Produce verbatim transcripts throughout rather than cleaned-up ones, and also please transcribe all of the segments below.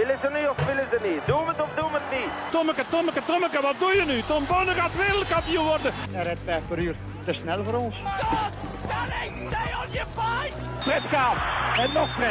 Willen ze nu of willen ze niet? Doen we het of doen we het niet? Tommeke, Tommeke, Tommeke, wat doe je nu? Tom Bonne gaat wereldkampioen worden. Hij rijdt vijf per uur. Te snel voor ons. Stop! Stanley, stay on your fight! Fred Kaap. En nog Fred.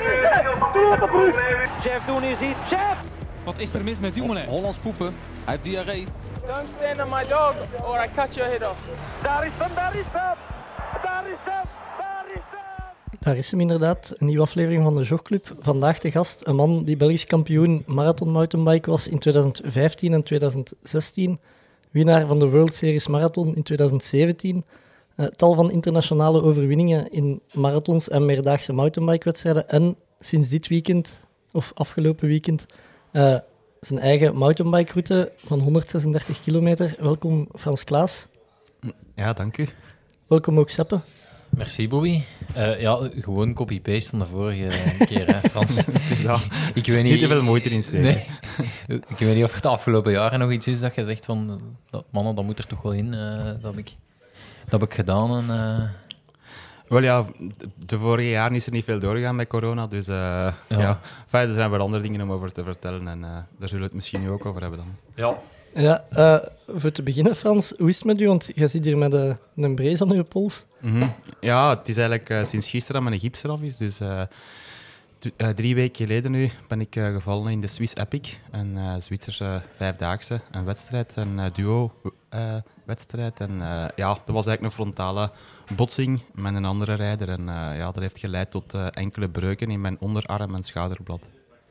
Jeff Doen is hier. Jeff! Wat is er mis met Dumoulin? Hollands poepen. Hij heeft diarree. Don't stand on my dog or I cut your head off. Daar is hem, daar is hem! Daar is hem, daar is hem! Daar is hem inderdaad, een nieuwe aflevering van de Jogclub. Vandaag de gast, een man die Belgisch kampioen marathon mountainbike was in twintig vijftien en twintig zestien. Winnaar van de World Series Marathon in twintig zeventien. Uh, tal van internationale overwinningen in marathons en meerdaagse mountainbike-wedstrijden. En sinds dit weekend, of afgelopen weekend, uh, zijn eigen mountainbike-route van honderdzesendertig kilometer. Welkom Frans Klaas. Ja, dank u. Welkom ook Seppe. Merci, Bobby. Uh, ja, gewoon copy-paste van de vorige keer, hè, Frans. Dus ja, ik weet niet, niet te veel moeite erin steken. Nee, ik weet niet of het de afgelopen jaren nog iets is dat je zegt van, dat, mannen, dat moet er toch wel in. Uh, dat, heb ik, dat heb ik gedaan. En, uh... Wel ja, de vorige jaren is er niet veel doorgegaan met corona, dus uh, ja. ja. Enfin, er zijn wel andere dingen om over te vertellen en uh, daar zullen we het misschien nu ook over hebben dan. Ja. Ja, uh, voor te beginnen, Frans, hoe is het met u? Want je zit hier met uh, een brace aan je pols. Mm-hmm. Ja, het is eigenlijk uh, sinds gisteren dat mijn gips eraf is. Dus uh, t- uh, drie weken geleden nu ben ik uh, gevallen in de Swiss Epic, een uh, Zwitserse vijfdaagse, een wedstrijd, een uh, duo-wedstrijd. Uh, en uh, ja, dat was eigenlijk een frontale botsing met een andere rijder. En uh, ja, dat heeft geleid tot uh, enkele breuken in mijn onderarm en schouderblad.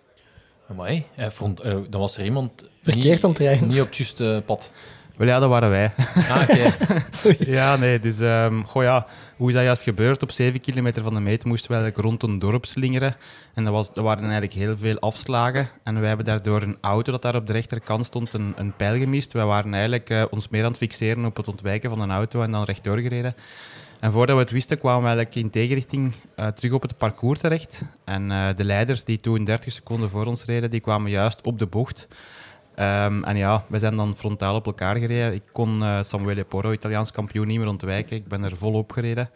Amai, eh, front, uh, dan was er iemand Verkeerd niet, aan het rijden. niet op het juiste pad. Wel ja, dat waren wij. Ah, oké. Okay. Ja, nee, dus um, goh ja, hoe is dat juist gebeurd? Op zeven kilometer van de meet moesten we eigenlijk rond een dorp slingeren. En dat, was, dat waren eigenlijk heel veel afslagen. En wij hebben daardoor een auto dat daar op de rechterkant stond, een, een pijl gemist. Wij waren eigenlijk uh, ons meer aan het fixeren op het ontwijken van een auto en dan rechtdoor gereden. En voordat we het wisten, kwamen we eigenlijk in tegenrichting uh, terug op het parcours terecht. En uh, de leiders die toen dertig seconden voor ons reden, die kwamen juist op de bocht. Um, en ja, we zijn dan frontaal op elkaar gereden. Ik kon uh, Samuele Porro, Italiaans kampioen, niet meer ontwijken. Ik ben er volop gereden.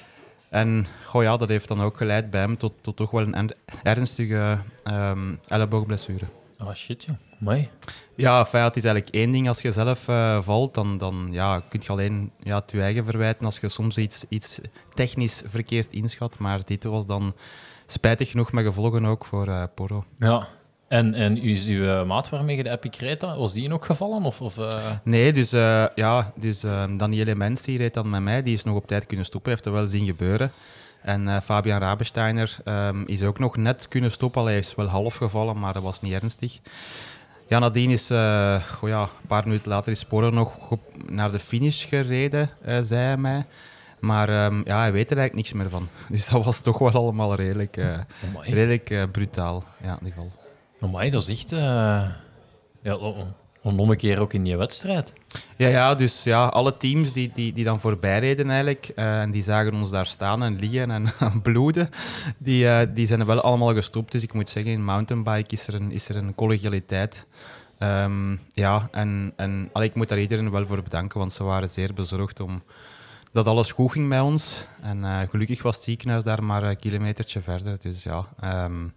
En goh, ja, dat heeft dan ook geleid bij hem tot, tot toch wel een ernstige um, elleboogblessure. Ah, shit, joh. Amai. Ja, enfin, het is eigenlijk één ding. Als je zelf uh, valt, dan, dan ja, kun je alleen ja, het je eigen verwijten als je soms iets, iets technisch verkeerd inschat. Maar dit was dan spijtig genoeg met gevolgen ook voor uh, Porro. Ja. En, en is uw uh, maat waarmee je de Epic reed, was die ook gevallen? Of, of, uh... Nee, dus, uh, ja, dus uh, Daniele Mens die reed dan met mij. Die is nog op tijd kunnen stoppen, heeft dat wel zien gebeuren. En uh, Fabian Rabensteiner um, is ook nog net kunnen stoppen. Hij is wel half gevallen, maar dat was niet ernstig. Ja, nadien is, uh, goh ja, een paar minuten later is Porro nog op, naar de finish gereden, uh, zei hij mij. Maar um, ja, hij weet er eigenlijk niks meer van. Dus dat was toch wel allemaal redelijk, uh, redelijk uh, brutaal, ja, die val. Amai, dat is echt... Uh, ja, nog een keer ook in die wedstrijd. Ja, ja, dus ja, alle teams die, die, die dan voorbij reden eigenlijk, uh, en die zagen ons daar staan en liggen en bloeden, die, uh, die zijn er wel allemaal gestopt. Dus ik moet zeggen, in mountainbike is er een, is er een collegialiteit. Um, ja, en, en allee, ik moet daar iedereen wel voor bedanken, want ze waren zeer bezorgd om dat alles goed ging bij ons. En uh, gelukkig was het ziekenhuis daar maar een kilometertje verder. Dus ja... Um,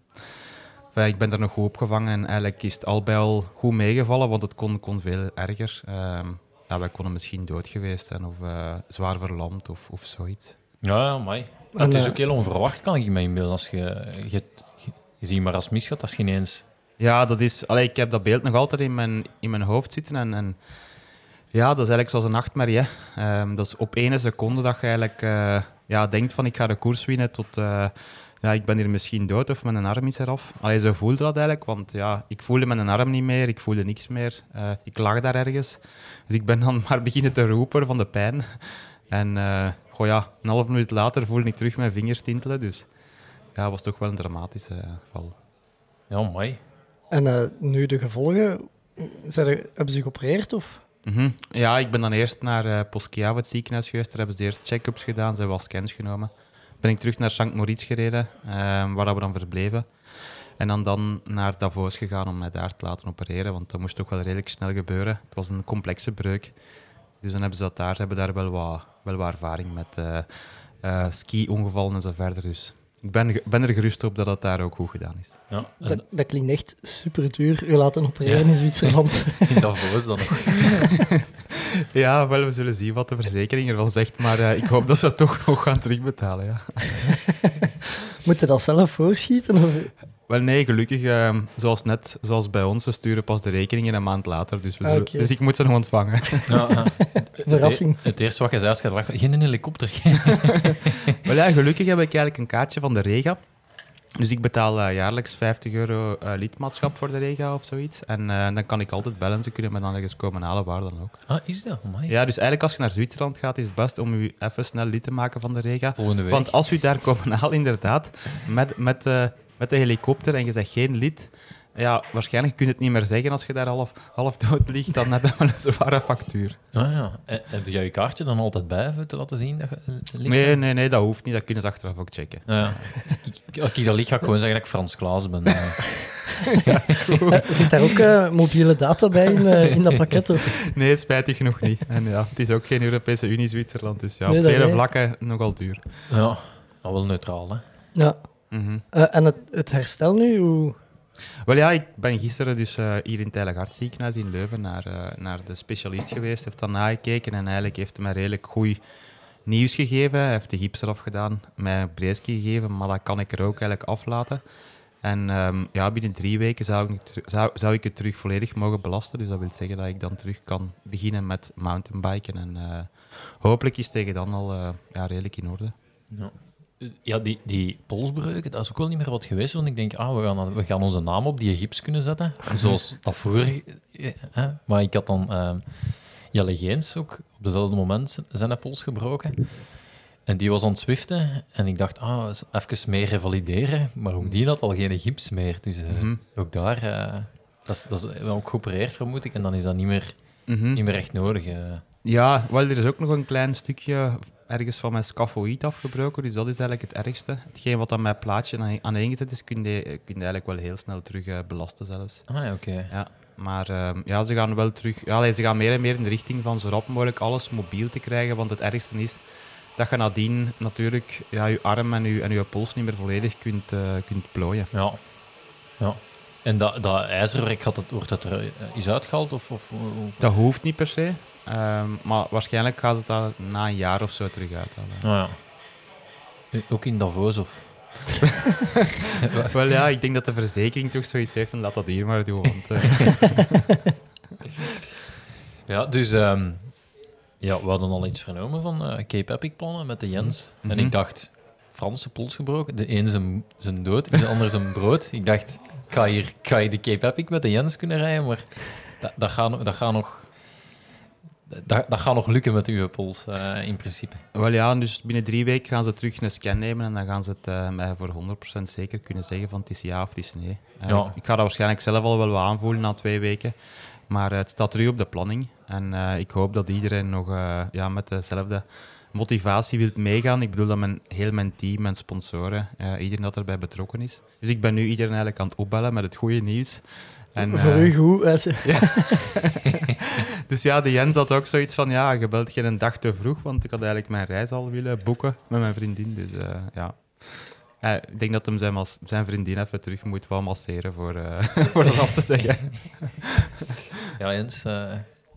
Ik ben er nog goed opgevangen en eigenlijk is het al bij al goed meegevallen, want het kon, kon veel erger. Um, ja, wij konden misschien dood geweest zijn of uh, zwaar verlamd of, of zoiets. Ja, ja, amai. Maar het is ook heel onverwacht, kan ik me inbeelden. Als je, je, je, je ziet maar als misgaat, als je ineens... Ja, dat is, allee, ik heb dat beeld nog altijd in mijn, in mijn hoofd zitten. En, en ja, dat is eigenlijk zoals een nachtmerrie. Hè. Um, dat is op ene seconde dat je eigenlijk uh, ja, denkt van ik ga de koers winnen tot... Uh, Ja, ik ben hier misschien dood of mijn arm is eraf. Allee, zo voelde dat eigenlijk, want ja, ik voelde mijn arm niet meer, ik voelde niks meer. Uh, ik lag daar ergens. Dus ik ben dan maar beginnen te roepen van de pijn. En uh, goh, ja, een half minuut later voelde ik terug mijn vingers tintelen. Dus ja, het was toch wel een dramatische uh, val. Ja, mooi. En uh, nu de gevolgen, zijn er, hebben ze geopereerd of... Mm-hmm. Ja, ik ben dan eerst naar uh, Poschiavo, het ziekenhuis geweest. Daar hebben ze eerst check-ups gedaan, ze hebben wel scans genomen. Ben ik terug naar Sankt Moritz gereden, uh, waar we dan verbleven. En dan, dan naar Davos gegaan om mij daar te laten opereren, want dat moest toch wel redelijk snel gebeuren. Het was een complexe breuk. Dus dan hebben ze dat daar, ze hebben daar wel wat, wel wat ervaring met uh, uh, ski-ongevallen en zo verder. Dus ik ben, ben er gerust op dat het daar ook goed gedaan is. Ja, en Dat, dat klinkt echt super duur, u laten opereren in Zwitserland. in Davos dan nog. Ja, wel, we zullen zien wat de verzekering ervan zegt, maar uh, ik hoop dat ze het toch nog gaan terugbetalen. Ja. Moet je dat zelf voorschieten? Of? Wel nee, gelukkig, uh, zoals net, zoals bij ons, ze sturen pas de rekeningen een maand later, dus, we zullen, Okay. dus ik moet ze nog ontvangen. Ja, ja. Verrassing. Het, het eerste wat je zei, als je dacht, geen helikopter. Wel ja, gelukkig heb ik eigenlijk een kaartje van de Rega. Dus ik betaal uh, jaarlijks vijftig euro uh, lidmaatschap voor de Rega of zoiets. En uh, dan kan ik altijd bellen, ze kunnen me dan ergens komen halen, waar dan ook. Ah, is dat? Amai. Ja, dus eigenlijk als je naar Zwitserland gaat, is het best om u even snel lid te maken van de Rega. Volgende week. Want als u daar komen halen, inderdaad, met, met, uh, met de helikopter en je bent geen lid, ja, waarschijnlijk kun je het niet meer zeggen als je daar half, half dood ligt, dan net wel een zware factuur. Ah ja. En, heb jij je kaartje dan altijd bij even te laten zien? Dat je, uh, links Nee, bent? nee, nee, dat hoeft niet. Dat kunnen ze achteraf ook checken. Ah, ja. ik, als ik daar lig, ga ik gewoon zeggen dat ik Frans Klaas ben. Uh. Uh, zit daar ook uh, mobiele data bij in, uh, in dat pakket? Of? Nee, spijtig genoeg niet. En ja, het is ook geen Europese Unie, Zwitserland, dus ja, Nee, op dat vele weet ik. vlakken nogal duur. Ja, dat wel neutraal, hè? Ja. Mhm. Uh, en het, het herstel nu? Hoe... Wel ja, ik ben gisteren dus uh, hier in het Heilig Hart ziekenhuis in Leuven naar, uh, naar de specialist geweest, heeft dan nagekeken en eigenlijk heeft hij mij redelijk goed nieuws gegeven. Hij heeft de gips eraf gedaan, mij een braceje gegeven, maar dat kan ik er ook eigenlijk aflaten. En um, ja, binnen drie weken zou ik, zou, zou ik het terug volledig mogen belasten. Dus dat wil zeggen dat ik dan terug kan beginnen met mountainbiken. En uh, hopelijk is tegen dan al uh, ja, redelijk in orde. Ja. Ja, die, die polsbreuken, dat is ook wel niet meer wat geweest. Want ik denk, ah, we, gaan, we gaan onze naam op die gips kunnen zetten. Zoals dat vroeger. Eh, maar ik had dan uh, Jelle Geens ook op dezelfde moment zijn pols gebroken. En die was aan het zwiften. En ik dacht, ah, even meer revalideren. Maar ook die had al geen gips meer. Dus uh, Mm-hmm. ook daar, uh, dat, is, dat is wel ook geopereerd, vermoed ik. En dan is dat niet meer, Mm-hmm. niet meer echt nodig. Uh. Ja, wel, er is ook nog een klein stukje ergens van mijn scaphoïd afgebroken, dus dat is eigenlijk het ergste. Hetgeen wat aan mijn plaatje aan- aaneengezet is, kun je, kun je eigenlijk wel heel snel terug uh, belasten zelfs. Ah, ja, oké. Okay. Ja, maar uh, ja, ze gaan wel terug... Ja, allee, ze gaan meer en meer in de richting van zo rap mogelijk alles mobiel te krijgen, want het ergste is dat je nadien natuurlijk ja, je arm en je, en je pols niet meer volledig kunt, uh, kunt plooien. Ja. Ja. En dat, dat ijzerwerk, gaat het, wordt dat er is uitgehaald? Of, of, of? Dat hoeft niet per se, um, maar waarschijnlijk gaan ze dat na een jaar of zo terug uithalen. Oh, ja. Ook in Davos, of? Wel ja, ik denk dat de verzekering toch zoiets heeft en laat dat hier maar doen. Want, uh... ja, dus um, ja, we hadden al iets vernomen van uh, Cape Epic plannen met de Jens. Mm-hmm. En ik dacht, Franse pols gebroken. De ene zijn, zijn dood, de ander zijn brood. Ik dacht, ga hier, ga je de Cape Epic met de Jens kunnen rijden? Maar dat, dat gaat dat ga nog... Dat, dat gaat nog lukken met uw pols, uh, in principe. Wel ja, dus binnen drie weken gaan ze terug een scan nemen en dan gaan ze het uh, mij voor honderd procent zeker kunnen zeggen van het is ja of het is nee. Uh, Ja. ik, ik ga dat waarschijnlijk zelf al wel wat aanvoelen na twee weken, maar uh, het staat terug op de planning. En uh, ik hoop dat iedereen nog uh, ja, met dezelfde motivatie wil meegaan. Ik bedoel dat mijn, heel mijn team, mijn sponsoren, uh, iedereen dat erbij betrokken is. Dus ik ben nu iedereen eigenlijk aan het opbellen met het goede nieuws. En, Voor uh, u goed. Als je... ja. Dus ja, de Jens had ook zoiets van, ja, je belt geen dag te vroeg, want ik had eigenlijk mijn reis al willen boeken met mijn vriendin. Dus uh, ja, uh, ik denk dat hem zijn, mas- zijn vriendin even terug moet wel masseren voor, uh, voor dat af te zeggen. Ja, Jens, uh,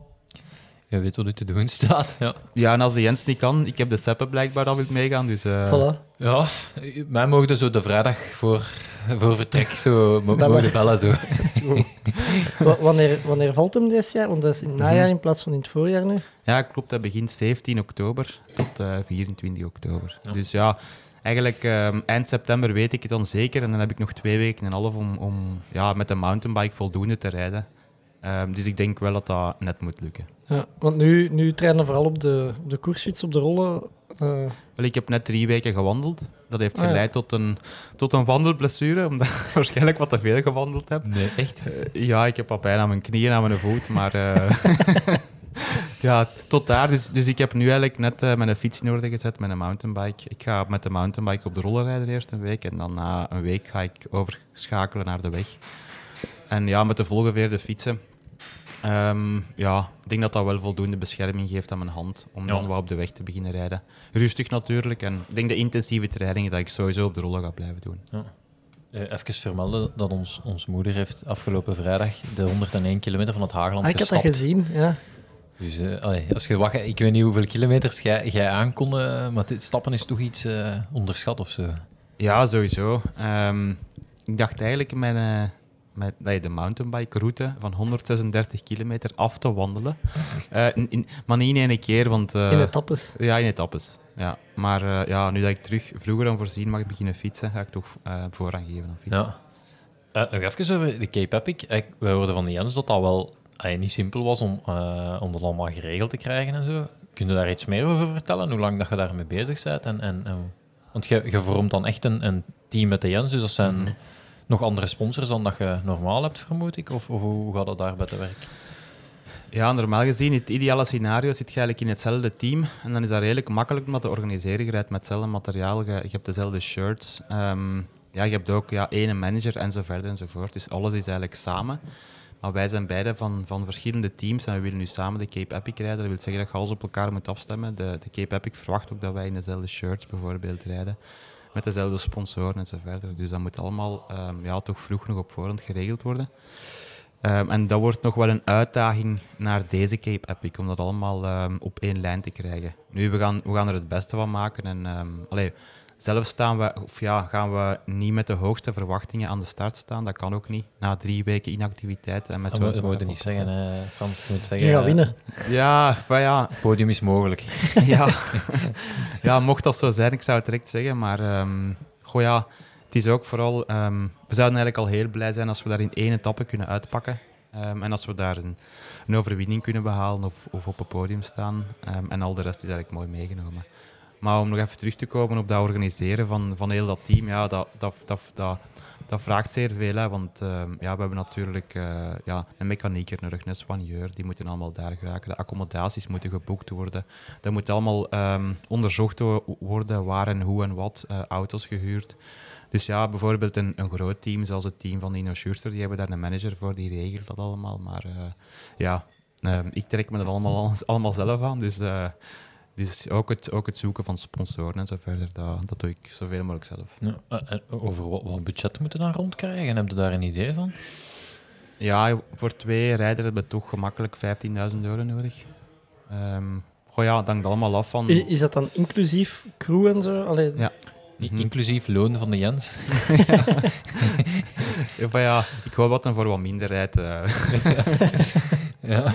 je weet wat er te doen staat. Ja, Ja, en als de Jens niet kan, ik heb de Seppe blijkbaar dat wil meegaan, dus... Uh, Voilà. ja mij mogen zo de vrijdag voor, voor vertrek zo mo- Bellen. mogen bellen. Zo. Zo. Wa- wanneer, wanneer valt hem dit jaar? Want dat is in het najaar in plaats van in het voorjaar nu. Ja, klopt. Dat begint zeventien oktober tot uh, vierentwintig oktober. Ja. Dus ja, eigenlijk um, eind september weet ik het dan zeker. En dan heb ik nog twee weken en een half om, om ja, met de mountainbike voldoende te rijden. Um, dus ik denk wel dat dat net moet lukken. Ja, want nu, nu trainen we vooral op de, op de koersfiets, op de rollen. Uh, Wel, ik heb net drie weken gewandeld. Dat heeft Ah, ja. geleid tot, een, tot een wandelblessure, omdat ik waarschijnlijk wat te veel gewandeld heb. Nee, echt? Uh, ja, ik heb al bijna mijn knieën aan mijn voet, maar... Uh, ja, tot daar. Dus, dus ik heb nu eigenlijk net uh, mijn fiets in orde gezet met een mountainbike. Ik ga met de mountainbike op de roller rijden eerst een week. En dan na een week ga ik overschakelen naar de weg. En ja, met de volgeveerde fietsen Um, ja, ik denk dat dat wel voldoende bescherming geeft aan mijn hand om Ja. dan wat op de weg te beginnen rijden. Rustig natuurlijk. En ik denk de intensieve trainingen dat ik sowieso op de rollen ga blijven doen. Ja. Uh, even vermelden dat ons, ons moeder heeft afgelopen vrijdag de honderdéén kilometer van het Haagland Ah, ik had dat gestapt. gezien, ja. Dus uh, allee, als je wacht, ik weet niet hoeveel kilometers jij, jij aankon, uh, maar dit stappen is toch iets uh, onderschat of zo. Ja, sowieso. Um, ik dacht eigenlijk mijn, uh, met, dat je de mountainbike route van honderdzesendertig kilometer af te wandelen. Uh, in, in, maar niet in één keer, want... Uh, In etappes. Ja, in etappes. Ja. Maar uh, ja, nu dat ik terug vroeger dan voorzien mag beginnen fietsen, ga ik toch uh, voorrang geven aan fietsen. Ja. Uh, nog even over de Cape Epic. Uh, wij hoorden van Jens dat dat wel uh, niet simpel was om, uh, om dat allemaal geregeld te krijgen en zo. Kun je daar iets meer over vertellen? Hoe lang dat je daarmee bezig bent? En, en, en, want je, je vormt dan echt een, een team met de Jens, dus dat zijn mm-hmm. nog andere sponsors dan dat je normaal hebt, vermoed ik? Of, of hoe gaat dat daarbij te werk? Ja, normaal gezien, in het ideale scenario zit je eigenlijk in hetzelfde team. En dan is dat redelijk makkelijk om dat te organiseren. Je rijdt met hetzelfde materiaal, je, je hebt dezelfde shirts. Um, ja, je hebt ook ja, één manager en zo verder enzovoort. Dus alles is eigenlijk samen. Maar wij zijn beide van, van verschillende teams en we willen nu samen de Cape Epic rijden. Dat wil zeggen dat je alles op elkaar moet afstemmen. De, de Cape Epic verwacht ook dat wij in dezelfde shirts bijvoorbeeld rijden. Met dezelfde sponsoren en zo verder. Dus dat moet allemaal um, ja, toch vroeg nog op voorhand geregeld worden. Um, en dat wordt nog wel een uitdaging naar deze Cape Epic, om dat allemaal um, op één lijn te krijgen. Nu, we gaan, we gaan er het beste van maken. En, um, allee, zelf staan we, of ja, gaan we niet met de hoogste verwachtingen aan de start staan. Dat kan ook niet, na drie weken inactiviteit. En met dat moet, moet je niet zeggen, hè, Frans. Je moet zeggen, je gaat winnen. Ja, van ja. Het podium is mogelijk. ja. ja, mocht dat zo zijn, ik zou het direct zeggen. Maar um, goh, ja... Het is ook vooral, um, we zouden eigenlijk al heel blij zijn als we daar in één etappe kunnen uitpakken. Um, en als we daar een, een overwinning kunnen behalen of, of op het podium staan. Um, en al de rest is eigenlijk mooi meegenomen. Maar om nog even terug te komen op dat organiseren van, van heel dat team, ja, dat, dat, dat, dat, dat vraagt zeer veel. Hè, want um, ja, we hebben natuurlijk uh, ja, een mechanieker nodig, een soigneur, die moeten allemaal daar geraken. De accommodaties moeten geboekt worden. Dat moet allemaal um, onderzocht worden, waar en hoe en wat, uh, auto's gehuurd. Dus ja, bijvoorbeeld een, een groot team, zoals het team van Nino Schuster, die hebben daar een manager voor, die regelt dat allemaal. Maar uh, ja, uh, ik trek me dat allemaal, allemaal zelf aan. Dus, uh, dus ook, het, ook het zoeken van sponsoren en zo verder, dat, dat doe ik zoveel mogelijk zelf. Ja, en over wat, wat budget moeten we dan rondkrijgen? Heb je daar een idee van? Ja, voor twee rijders hebben we toch gemakkelijk vijftienduizend euro nodig. Um, goh ja, het hangt allemaal af van... Is, is dat dan inclusief crew en zo? Allee, ja. Mm-hmm. Inclusief loon van de Jens. ja. ja, ja, ik hoop dat dan voor wat minder rijdt. Uh. ja.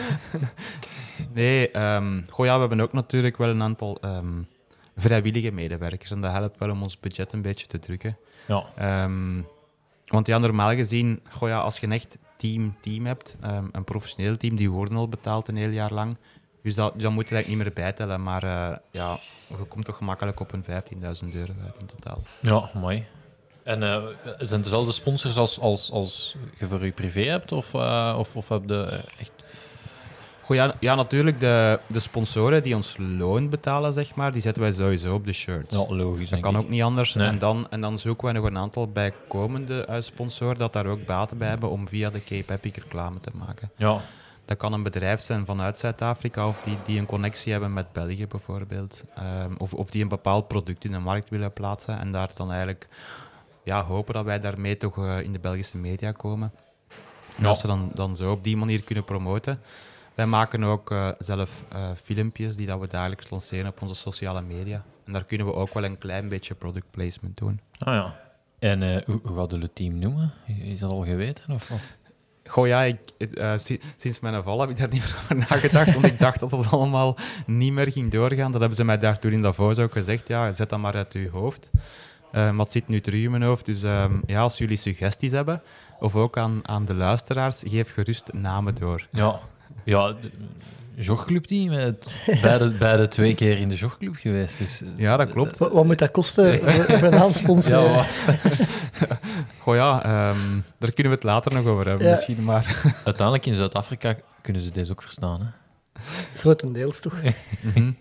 Nee, um, goh, ja, we hebben ook natuurlijk wel een aantal um, vrijwillige medewerkers. En dat helpt wel om ons budget een beetje te drukken. Ja. Um, want ja, normaal gezien, goh, ja, als je een echt team, team hebt, um, een professioneel team, die worden al betaald een heel jaar lang. Dus dat, dat moet je eigenlijk niet meer bijtellen. Maar uh, ja, je komt toch gemakkelijk op een vijftienduizend euro uit in totaal. Ja, mooi. En uh, zijn het dezelfde sponsors als, als, als je voor je privé hebt? Of, uh, of, of heb je echt... Goh, ja, ja, natuurlijk. De, de sponsoren die ons loon betalen, zeg maar, die zetten wij sowieso op de shirts. Ja, logisch. Dat kan ik. ook niet anders. Nee. En, dan, en dan zoeken wij nog een aantal bijkomende uh, sponsoren dat daar ook baten bij hebben om via de Cape Epic reclame te maken. Ja. Dat kan een bedrijf zijn vanuit Zuid-Afrika of die, die een connectie hebben met België bijvoorbeeld. Um, of, of die een bepaald product in de markt willen plaatsen en daar dan eigenlijk ja, hopen dat wij daarmee toch uh, in de Belgische media komen. En Ja. als ze dan, dan zo op die manier kunnen promoten. Wij maken ook uh, zelf uh, filmpjes die dat we dagelijks lanceren op onze sociale media. En daar kunnen we ook wel een klein beetje product placement doen. Ah ja. En uh, hoe, hoe gaat je het team noemen? Is dat al geweten? Of, of? Goh ja, ik, uh, si- sinds mijn val heb ik daar niet meer over nagedacht, want ik dacht dat het allemaal niet meer ging doorgaan. Dat hebben ze mij daar toen in Davos ook gezegd, ja, zet dat maar uit uw hoofd. Uh, maar het zit nu terug in mijn hoofd, dus uh, ja, als jullie suggesties hebben, of ook aan, aan de luisteraars, geef gerust namen door. Ja, ja jogclubteam, beide, beide twee keer in de jogclub geweest. Dus, ja, dat klopt. Wat, wat moet dat kosten voor een naamsponsor? Ja, goh ja, um, daar kunnen we het later nog over hebben Ja. misschien, maar... Uiteindelijk in Zuid-Afrika kunnen ze deze ook verstaan, hè? Grotendeels toch? mm-hmm.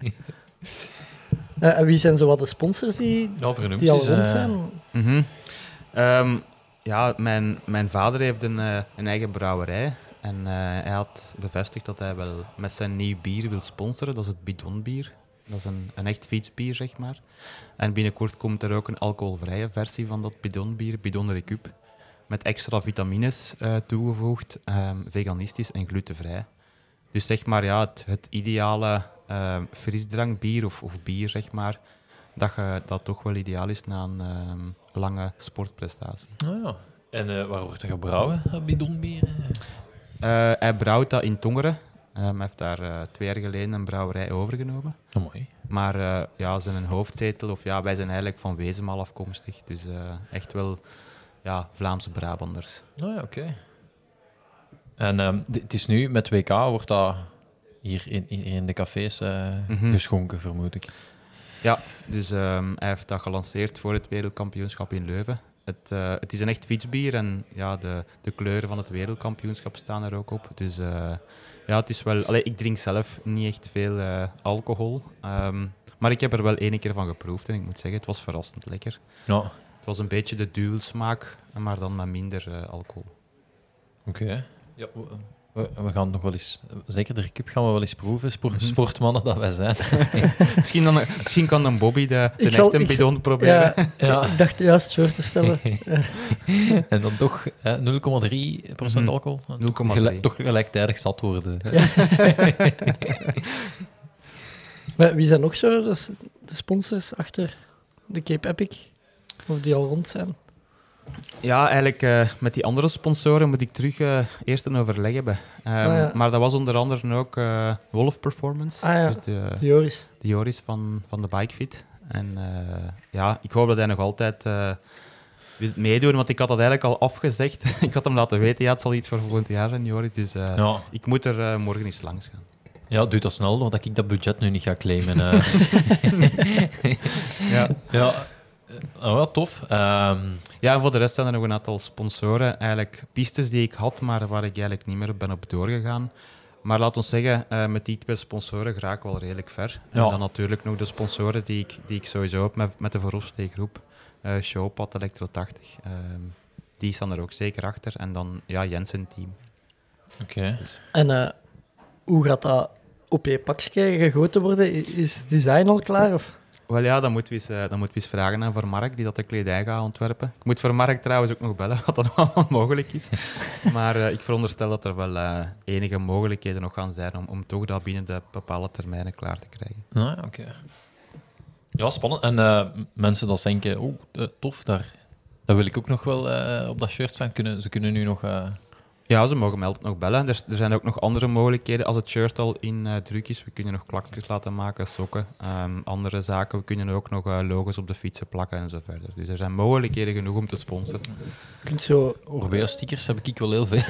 Uh, en wie zijn zo wat de sponsors die, Ja, vernoemd die al is, rond uh, zijn? Mm-hmm. Um, ja, mijn, mijn vader heeft een, uh, een eigen brouwerij. En uh, hij had bevestigd dat hij wel met zijn nieuw bier wil sponsoren. Dat is het bidonbier. Dat is een, een echt fietsbier, zeg maar. En binnenkort komt er ook een alcoholvrije versie van dat bidonbier, Bidon Recup. Met extra vitamines uh, toegevoegd, um, veganistisch en glutenvrij. Dus zeg maar ja, het, het ideale uh, frisdrankbier of, of bier, zeg maar, dat, je, dat toch wel ideaal is na een um, lange sportprestatie. Oh ja. En uh, waar wordt dat gebrouwen, dat bidonbier? Uh, hij brouwt dat in Tongeren. Um, hij heeft daar uh, twee jaar geleden een brouwerij overgenomen. Oh, mooi. Maar uh, ja, zijn hoofdzetel, of ja, wij zijn eigenlijk van Wezenmaal afkomstig. Dus uh, echt wel ja, Vlaamse Brabanders. Oh ja, oké. Okay. En um, d- het is nu, met W K, wordt dat hier in, in, in de cafés uh, mm-hmm. geschonken, vermoed ik. Ja, dus um, hij heeft dat gelanceerd voor het wereldkampioenschap in Leuven. Het, uh, het is een echt fietsbier en ja, de, de kleuren van het wereldkampioenschap staan er ook op. Dus uh, ja, het is wel... Allee, ik drink zelf niet echt veel uh, alcohol. Um, maar ik heb er wel één keer van geproefd en ik moet zeggen, het was verrassend lekker. Ja. Het was een beetje de duwelsmaak, maar dan met minder uh, alcohol. Oké. Okay. Ja, we, we gaan nog wel eens... Zeker de Recup gaan we wel eens proeven, Sport, mm-hmm. sportmannen dat wij zijn. misschien, dan, misschien kan dan Bobby de, de echte bidon zal, proberen. Ja, ja. Ik dacht juist voor te stellen. En dan toch eh, nul komma drie procent mm-hmm. alcohol. nul komma drie. Gelijk, toch gelijktijdig zat worden. Ja. Maar wie zijn nog zo de, de sponsors achter de Cape Epic? Of die al rond zijn? Ja, eigenlijk uh, met die andere sponsoren moet ik terug uh, eerst een overleg hebben. Um, ah, ja. Maar dat was onder andere ook uh, Wolf Performance. Ah, ja. Dus de, de Joris. De Joris van, van de Bikefit. En uh, ja, ik hoop dat hij nog altijd uh, wil meedoen, want ik had dat eigenlijk al afgezegd. Ik had hem laten weten, ja, het zal iets voor volgend jaar zijn, Joris. Dus uh, ja. ik moet er uh, morgen eens langs gaan. Ja, doe dat snel, want ik dat budget nu niet ga claimen. Uh. ja. ja. Oh, ja, tof. Um... Ja, en voor de rest zijn er nog een aantal sponsoren. Eigenlijk pistes die ik had, maar waar ik eigenlijk niet meer ben op doorgegaan. Maar laat ons zeggen, uh, met die twee sponsoren ga ik wel redelijk ver. Ja. En dan natuurlijk nog de sponsoren die ik, die ik sowieso heb met, met de Verhofstee-groep. Uh, Showpad, Electro tachtig. Uh, die staan er ook zeker achter. En dan ja, Jensen-team. Oké. Okay. Dus. En uh, hoe gaat dat op je pakje gegoten worden? Is het design al klaar? Of? Wel ja, dan moeten we eens, uh, dan moeten we eens vragen aan Voor Mark, die dat de kledij gaat ontwerpen. Ik moet Voor Mark trouwens ook nog bellen, wat dat allemaal mogelijk is. Maar uh, ik veronderstel dat er wel uh, enige mogelijkheden nog gaan zijn om, om toch dat binnen de bepaalde termijnen klaar te krijgen. Ja, oké. Okay. Ja, spannend. En uh, mensen dat denken, oh, uh, tof, daar, daar wil ik ook nog wel uh, op dat shirt zijn. Kunnen, ze kunnen nu nog... Uh... Ja, ze mogen mij altijd nog bellen. Er, er zijn ook nog andere mogelijkheden. Als het shirt al in uh, druk is, we kunnen nog klakjes laten maken, sokken, um, andere zaken. We kunnen ook nog uh, logos op de fietsen plakken en zo verder. Dus er zijn mogelijkheden genoeg om te sponsoren. Je kunt zo... Orbea-stickers heb ik wel heel veel.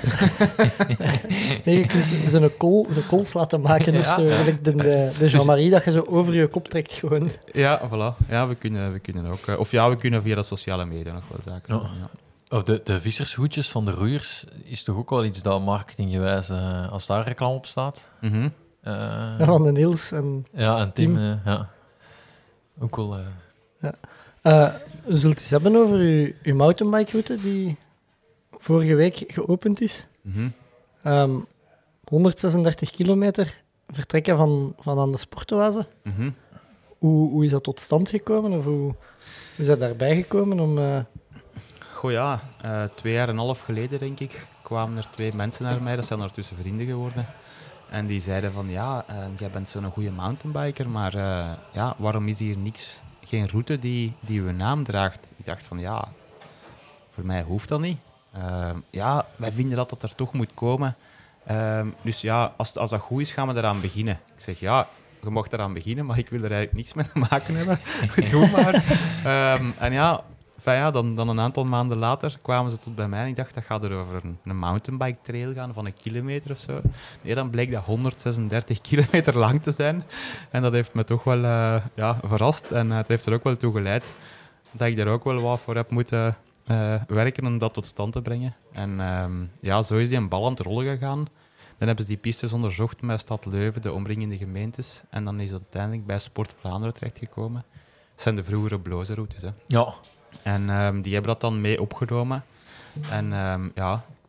Nee, je kunt zo'n kol, zo kols laten maken of ja, zo. Ja. De, de, de Jean-Marie, dat je zo over je kop trekt gewoon. Ja, voilà. Ja, we kunnen, we kunnen ook... Uh, of ja, we kunnen via de sociale media nog wel zaken doen. Ja. Ja. Of de, de vissershoedjes van de roeiers is toch ook wel iets dat marketinggewijs, uh, als daar reclame op staat. Mm-hmm. Uh, ja, van de Niels en Ja, en Tim. Tim. Uh, ja. Ook wel... Uh... Ja. Uh, we zullen het eens hebben over uw, uw mountainbike-route die vorige week geopend is. Mm-hmm. Um, honderdzesendertig kilometer vertrekken van, van aan de Sportoase. Mm-hmm. Hoe, hoe is dat tot stand gekomen? Of hoe, hoe is dat daarbij gekomen om... Uh, Goh ja, uh, twee jaar en een half geleden, denk ik, kwamen er twee mensen naar mij, dat zijn ondertussen vrienden geworden. En die zeiden van, ja, uh, jij bent zo'n goede mountainbiker, maar uh, ja, waarom is hier niks, geen route die, die uw naam draagt? Ik dacht van, ja, voor mij hoeft dat niet. Uh, ja, wij vinden dat dat er toch moet komen. Uh, dus ja, als, als dat goed is, gaan we eraan beginnen. Ik zeg, ja, je mag eraan beginnen, maar ik wil er eigenlijk niks mee te maken hebben. Doe maar. Um, en ja... Enfin ja, dan, dan een aantal maanden later kwamen ze tot bij mij en ik dacht, dat gaat er over een, een mountainbike trail gaan van een kilometer of zo. Nee, dan bleek dat honderdzesendertig kilometer lang te zijn. En dat heeft me toch wel uh, ja, verrast. En uh, het heeft er ook wel toe geleid dat ik daar ook wel wat voor heb moeten uh, werken om dat tot stand te brengen. En um, ja, zo is die een bal aan het rollen gegaan. Dan hebben ze die pistes onderzocht met Stad Leuven, de omringende gemeentes. En dan is dat uiteindelijk bij Sport Vlaanderen terechtgekomen. Dat zijn de vroegere Bloze-routes, hè. Ja. En um, die hebben dat dan mee opgenomen. En um, ja,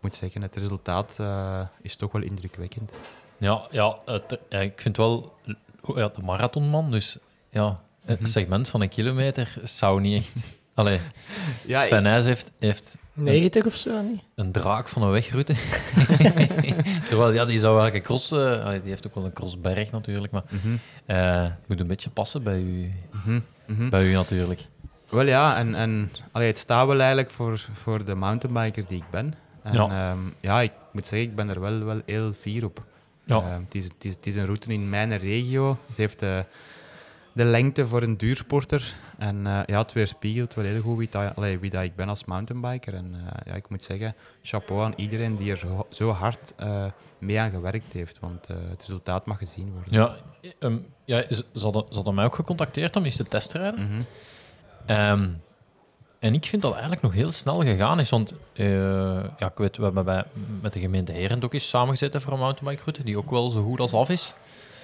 moet zeggen, het resultaat uh, is toch wel indrukwekkend. Ja, ja, het, ja ik vind wel... Ja, de marathonman, dus ja, het mm-hmm. segment van een kilometer zou niet echt... Allee, ja, Sven Nys heeft... heeft negentig of zo, niet? Een draak van een wegroute. Terwijl, ja, die zou welke cross... Uh, die heeft ook wel een crossberg natuurlijk, maar mm-hmm. uh, het moet een beetje passen bij u, mm-hmm. Mm-hmm. bij u natuurlijk. Wel ja, en, en allee, het staat wel eigenlijk voor, voor de mountainbiker die ik ben. En ja, um, ja ik moet zeggen, ik ben er wel, wel heel fier op. Ja. Uh, het, is, het, is, het is een route in mijn regio. Ze heeft de, de lengte voor een duursporter. En uh, ja, het weerspiegelt wel heel goed wie, dat, allee, wie dat ik ben als mountainbiker. En uh, ja, ik moet zeggen, chapeau aan iedereen die er zo, zo hard uh, mee aan gewerkt heeft. Want uh, het resultaat mag gezien worden. Ja, um, ja ze, hadden, ze hadden mij ook gecontacteerd om eens te testrijden. Mm-hmm. Um, en ik vind dat eigenlijk nog heel snel gegaan is, want uh, ja, ik weet, we hebben bij, met de gemeente Herent ook eens samengezeten voor een mountainbikeroute, die ook wel zo goed als af is.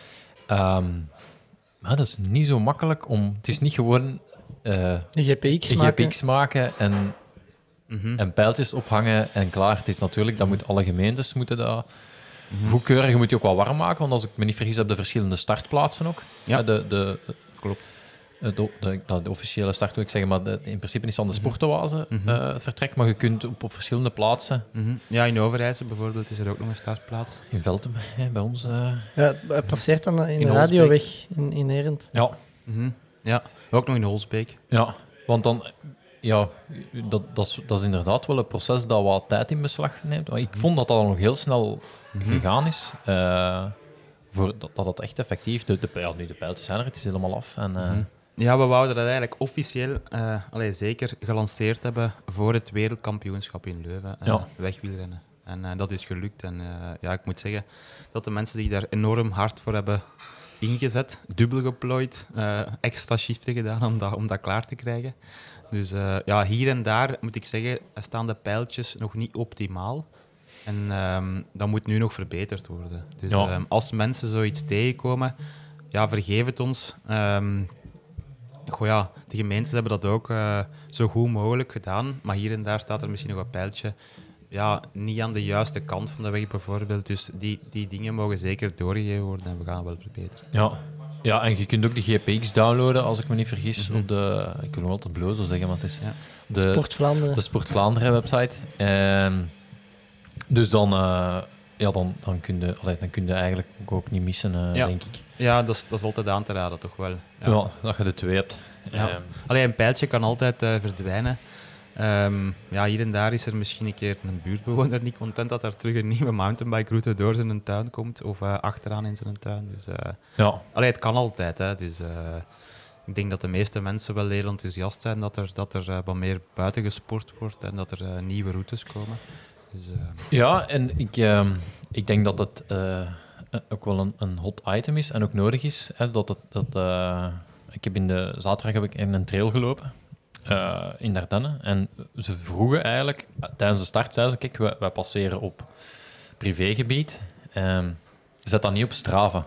Um, maar dat is niet zo makkelijk om... Het is niet gewoon... Uh, een G P X een maken. G P X maken en, mm-hmm. en pijltjes ophangen en klaar. Het is natuurlijk, dat moet alle gemeentes moeten dat mm-hmm. goedkeuren. Je moet je ook wel warm maken, want als ik me niet vergis, heb je verschillende startplaatsen ook. Ja, de, de, klopt. De, de, de, de officiële start wil ik zeggen, maar de, in principe is het aan de sportoase mm-hmm. uh, het vertrek, maar je kunt op, op verschillende plaatsen. Mm-hmm. Ja, in Overijse bijvoorbeeld is er ook nog een startplaats. In Velten, hè, bij ons. Uh... Ja, het passeert dan in, in de radioweg in, in Herent. Ja. Mm-hmm. Ja, ook nog in Holsbeek. Ja, want dan, ja, dat, dat, is, dat is inderdaad wel een proces dat wat tijd in beslag neemt. Maar ik vond dat dat al nog heel snel mm-hmm. gegaan is. Uh, voor, dat, dat het echt effectief, de, de, ja, nu de pijltjes zijn er, het is helemaal af. En, uh, mm-hmm. Ja, we wouden dat eigenlijk officieel, uh, allee, zeker gelanceerd hebben voor het wereldkampioenschap in Leuven, uh, ja. wegwielrennen. En uh, dat is gelukt. En uh, ja, ik moet zeggen dat de mensen die daar enorm hard voor hebben ingezet, dubbel geplooid, uh, extra shiften gedaan om dat, om dat klaar te krijgen. Dus uh, ja, hier en daar moet ik zeggen, staan de pijltjes nog niet optimaal. En um, dat moet nu nog verbeterd worden. Dus ja. um, als mensen zoiets tegenkomen, ja, vergeef het ons. Um, Goh ja, de gemeentes hebben dat ook uh, zo goed mogelijk gedaan, maar hier en daar staat er misschien nog een pijltje. Ja, niet aan de juiste kant van de weg bijvoorbeeld. Dus die, die dingen mogen zeker doorgegeven worden en we gaan het wel verbeteren. Ja. Ja, en je kunt ook de G P X downloaden, als ik me niet vergis, mm-hmm. op de... Ik kan nog altijd blozo zeggen, maar het is... Ja. De Sport Vlaanderen. De Sport Vlaanderen website. Um, dus dan... Uh, Ja, dan, dan, kun je, allee, dan kun je eigenlijk ook niet missen, uh, ja. denk ik. Ja, dat is, dat is altijd aan te raden, toch wel. Ja, ja dat je de twee hebt. Ja. Um. Allee, een pijltje kan altijd uh, verdwijnen. Um, ja, hier en daar is er misschien een keer een buurtbewoner niet content dat er terug een nieuwe mountainbike-route door zijn tuin komt, of uh, achteraan in zijn tuin. Dus, uh, ja. Allee, het kan altijd, hè. Dus... Uh, ik denk dat de meeste mensen wel heel enthousiast zijn dat er, dat er uh, wat meer buiten gesport wordt en dat er uh, nieuwe routes komen. Dus, uh... Ja, en ik, uh, ik denk dat het uh, ook wel een, een hot item is en ook nodig is. Hè, dat het, dat, uh, ik heb in de zaterdag heb ik in een trail gelopen uh, in Dardenne. En ze vroegen eigenlijk, tijdens de start zeiden ze, kijk, wij, wij passeren op privégebied. Um, zet dat niet op Strava.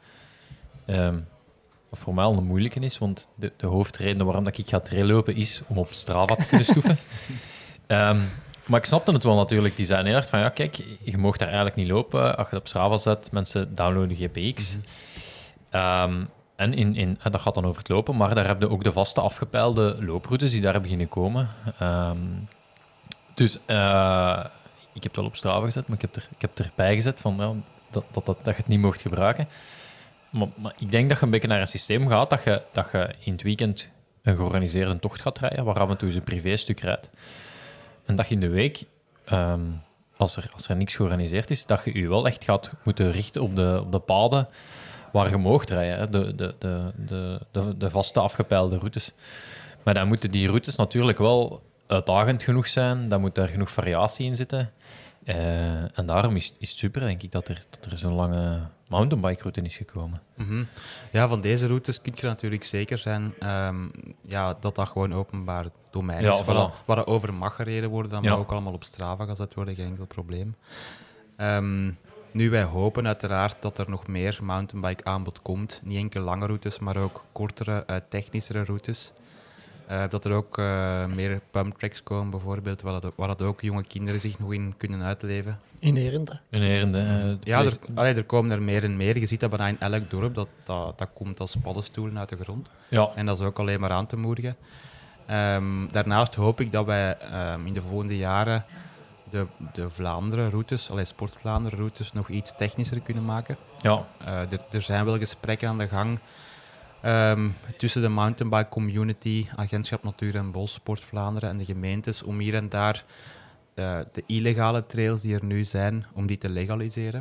Um, wat voor mij al een moeilijke is, want de, de hoofdreden waarom dat ik ga traillopen is om op Strava te kunnen stoeven. um, Maar ik snapte het wel natuurlijk. Die zeiden heel erg van, ja, kijk, je mag daar eigenlijk niet lopen. Als je het op Strava zet, mensen downloaden G P X. Mm-hmm. Um, en in, in, en dat gaat dan over het lopen, maar daar heb je ook de vaste afgepeilde looproutes die daar beginnen komen. Um, dus uh, ik heb het wel op Strava gezet, maar ik heb, er, ik heb erbij gezet van, ja, dat, dat, dat, dat je het niet mocht gebruiken. Maar, maar ik denk dat je een beetje naar een systeem gaat dat je, dat je in het weekend een georganiseerde tocht gaat rijden, waar af en toe eens een privéstuk rijdt. En dat je in de week, um, als, er, als er niks georganiseerd is, dat je je wel echt gaat moeten richten op de, op de paden waar je moogt rijden. Hè? De, de, de, de, de, de vaste afgepeilde routes. Maar dan moeten die routes natuurlijk wel uitdagend genoeg zijn. Dan moet er genoeg variatie in zitten. Uh, en daarom is, is het super, denk ik, dat er, dat er zo'n lange mountainbike-route is gekomen. Mm-hmm. Ja, van deze routes kun je natuurlijk zeker zijn um, ja, dat dat gewoon openbaar domein is. Ja, voilà. waar, waar er over mag gereden worden, dan ja. mag ook allemaal op Strava gezet worden, geen enkel probleem. Um, nu, wij hopen uiteraard dat er nog meer mountainbike-aanbod komt. Niet enkel lange routes, maar ook kortere, uh, technischere routes. Uh, dat er ook uh, meer pumptracks komen, bijvoorbeeld, waar, dat, waar dat ook jonge kinderen zich nog in kunnen uitleven. Inherent, hè? Inherent, hè. Ja, er, allee, er komen er meer en meer. Je ziet dat bijna in elk dorp, dat, dat, dat komt als paddenstoelen uit de grond. Ja. En dat is ook alleen maar aan te moedigen. Um, daarnaast hoop ik dat wij um, in de volgende jaren de, de Vlaanderen-routes, allee, Sport-Vlaanderen-routes, nog iets technischer kunnen maken. Ja. Uh, er, er zijn wel gesprekken aan de gang um, tussen de mountainbike community, Agentschap Natuur en Bos, Sport Vlaanderen en de gemeentes om hier en daar uh, de illegale trails die er nu zijn, om die te legaliseren.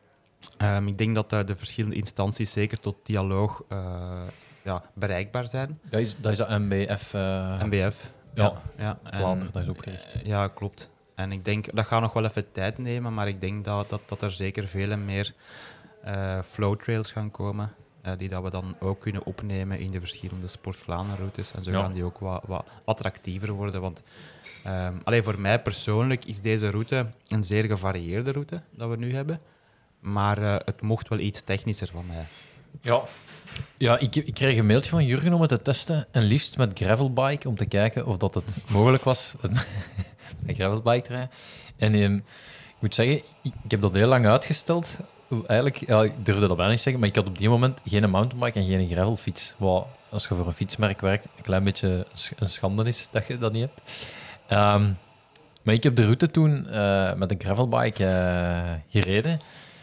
Um, ik denk dat uh, de verschillende instanties zeker tot dialoog uh, ja, bereikbaar zijn. Dat is dat, is dat M B F? Uh... M B F, ja. ja. ja. Vlaanderen, dat is opgericht. Ja, klopt. En ik denk, dat gaat nog wel even tijd nemen, maar ik denk dat, dat, dat er zeker veel en meer uh, flowtrails gaan komen, uh, die dat we dan ook kunnen opnemen in de verschillende Sport Vlaanderen-routes. En zo ja. gaan die ook wat, wat attractiever worden. Want um, allee, voor mij persoonlijk is deze route een zeer gevarieerde route dat we nu hebben. Maar uh, het mocht wel iets technischer van mij. Ja, ja ik, ik kreeg een mailtje van Jurgen om het te testen. En liefst met gravelbike, om te kijken of dat het mogelijk was. Een gravelbike te rijden. En um, ik moet zeggen, ik, ik heb dat heel lang uitgesteld. Eigenlijk, ja, ik durfde dat bijna niet zeggen, maar ik had op die moment geen mountainbike en geen gravelfiets. Wat, als je voor een fietsmerk werkt, een klein beetje een schande is dat je dat niet hebt. Um, maar ik heb de route toen uh, met een gravelbike uh, gereden.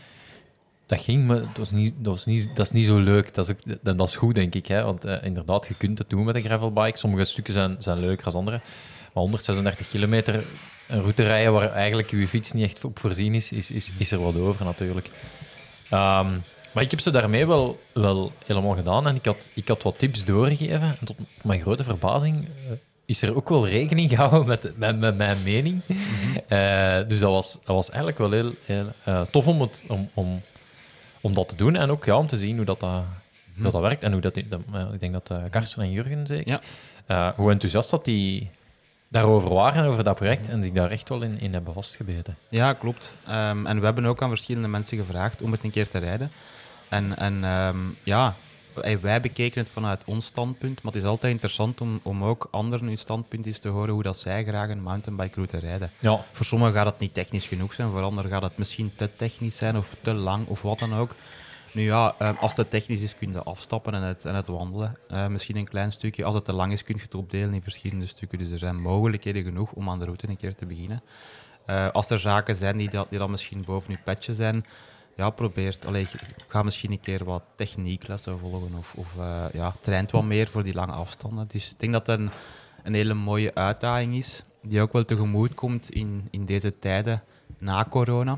Dat ging, maar dat, was niet, dat, was niet, dat is niet zo leuk. Dat is, ook, dat, dat is goed, denk ik. Hè? Want uh, inderdaad, je kunt het doen met een gravelbike. Sommige stukken zijn, zijn leuker dan andere. Maar honderdzesendertig kilometer een route rijden waar eigenlijk je fiets niet echt op voorzien is, is, is, is er wat over natuurlijk. Um, maar ik heb ze daarmee wel, wel helemaal gedaan. En ik had, ik had wat tips doorgegeven. En tot mijn grote verbazing uh, is er ook wel rekening gehouden met, met, met mijn mening. Mm-hmm. Uh, dus dat was, dat was eigenlijk wel heel, heel uh, tof om, het, om, om, om dat te doen. En ook ja, om te zien hoe dat, dat, mm-hmm. dat, dat werkt. En hoe dat, dat uh, ik denk dat uh, Karsten en Jurgen zeker. Ja. Uh, hoe enthousiast dat die daarover waren, over dat project, en zich daar echt wel in, in hebben vastgebeten. Ja, klopt. Um, en we hebben ook aan verschillende mensen gevraagd om het een keer te rijden. En, en um, ja, wij bekeken het vanuit ons standpunt, maar het is altijd interessant om, om ook anderen hun standpunt eens te horen hoe dat zij graag een mountainbike route rijden. Ja. Voor sommigen gaat het niet technisch genoeg zijn, voor anderen gaat het misschien te technisch zijn of te lang of wat dan ook. Nu ja, als het technisch is, kun je afstappen en het, en het wandelen. Uh, misschien een klein stukje. Als het te lang is, kun je het opdelen in verschillende stukken. Dus er zijn mogelijkheden genoeg om aan de route een keer te beginnen. Uh, als er zaken zijn die, dat, die dan misschien boven je petje zijn, ja, probeer. Allee, ga misschien een keer wat technieklessen volgen of, of uh, ja, traint wat meer voor die lange afstanden. Dus ik denk dat het een, een hele mooie uitdaging is, die ook wel tegemoet komt in, in deze tijden na corona.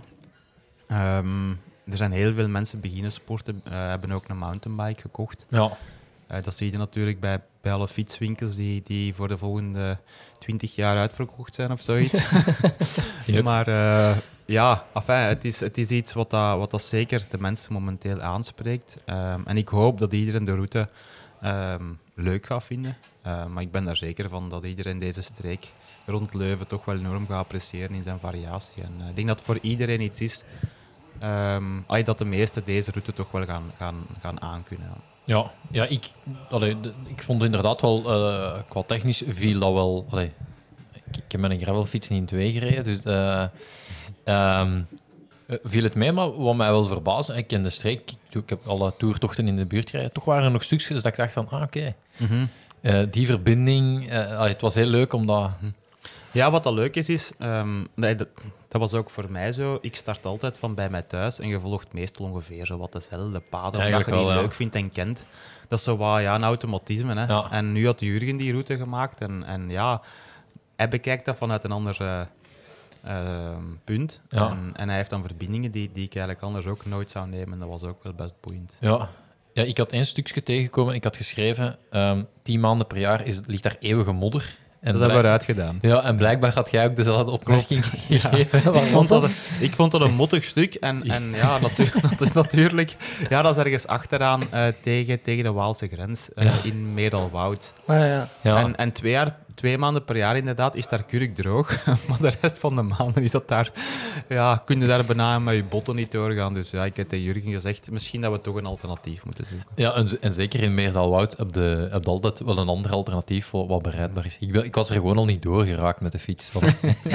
Um, Er zijn heel veel mensen beginnen sporten, uh, hebben ook een mountainbike gekocht. Ja. Uh, dat zie je natuurlijk bij, bij alle fietswinkels die, die voor de volgende twintig jaar uitverkocht zijn of zoiets. Yep. Maar uh, ja, enfin, het, is, het is iets wat, dat, wat dat zeker de mensen momenteel aanspreekt. Um, en ik hoop dat iedereen de route um, leuk gaat vinden. Uh, maar ik ben daar zeker van dat iedereen deze streek rond Leuven toch wel enorm gaat appreciëren in zijn variatie. En uh, ik denk dat het voor iedereen iets is. Um, dat de meesten deze route toch wel gaan, gaan, gaan aankunnen. Ja, ja, ja ik, allee, de, ik vond inderdaad wel, uh, qua technisch viel dat wel... Allee, ik, ik heb met een gravelfiets niet in twee gereden, dus uh, um, viel het mee. Maar wat mij wel verbaasde, ik ken de streek, ik, ik heb alle toertochten in de buurt gereden, toch waren er nog stukjes dat ik dacht van, ah oké, okay. mm-hmm. uh, die verbinding, uh, allee, het was heel leuk om dat... Mm-hmm. Ja, wat dat leuk is, is... Um, nee, dat, dat was ook voor mij zo. Ik start altijd van bij mij thuis en je volgt meestal ongeveer zo wat dezelfde paden, omdat je die wel, leuk ja. vindt en kent. Dat is zo wat, ja, een automatisme. Hè. Ja. En nu had Jurgen die route gemaakt en, en ja, hij bekijkt dat vanuit een ander uh, uh, punt. Ja. En, en hij heeft dan verbindingen die, die ik eigenlijk anders ook nooit zou nemen. Dat was ook wel best boeiend. Ja. Ja, ik had één stukje tegengekomen. Ik had geschreven, um, tien maanden per jaar is, ligt daar eeuwige modder. En dat hebben we eruit gedaan. Ja, en blijkbaar had jij ook dezelfde opmerking gegeven. Ja. ik, vond dat, ik vond dat een mottig stuk. En, en ja, natu- natuurlijk, ja, dat is ergens achteraan uh, tegen, tegen de Waalse grens uh, ja. in Meeralwoud. Ah, ja. Ja. En, en twee jaar twee maanden per jaar inderdaad is daar kurkdroog. Maar de rest van de maanden is dat daar... Ja, kun je daar bijna met je botten niet doorgaan. Dus ja, ik heb tegen Jurgen gezegd, misschien dat we toch een alternatief moeten zoeken. Ja, en, z- en zeker in Meerdal-Woud heb je, heb je altijd wel een ander alternatief wat, wat bereidbaar is. Ik, ben- ik was er gewoon al niet doorgeraakt met de fiets. Wat,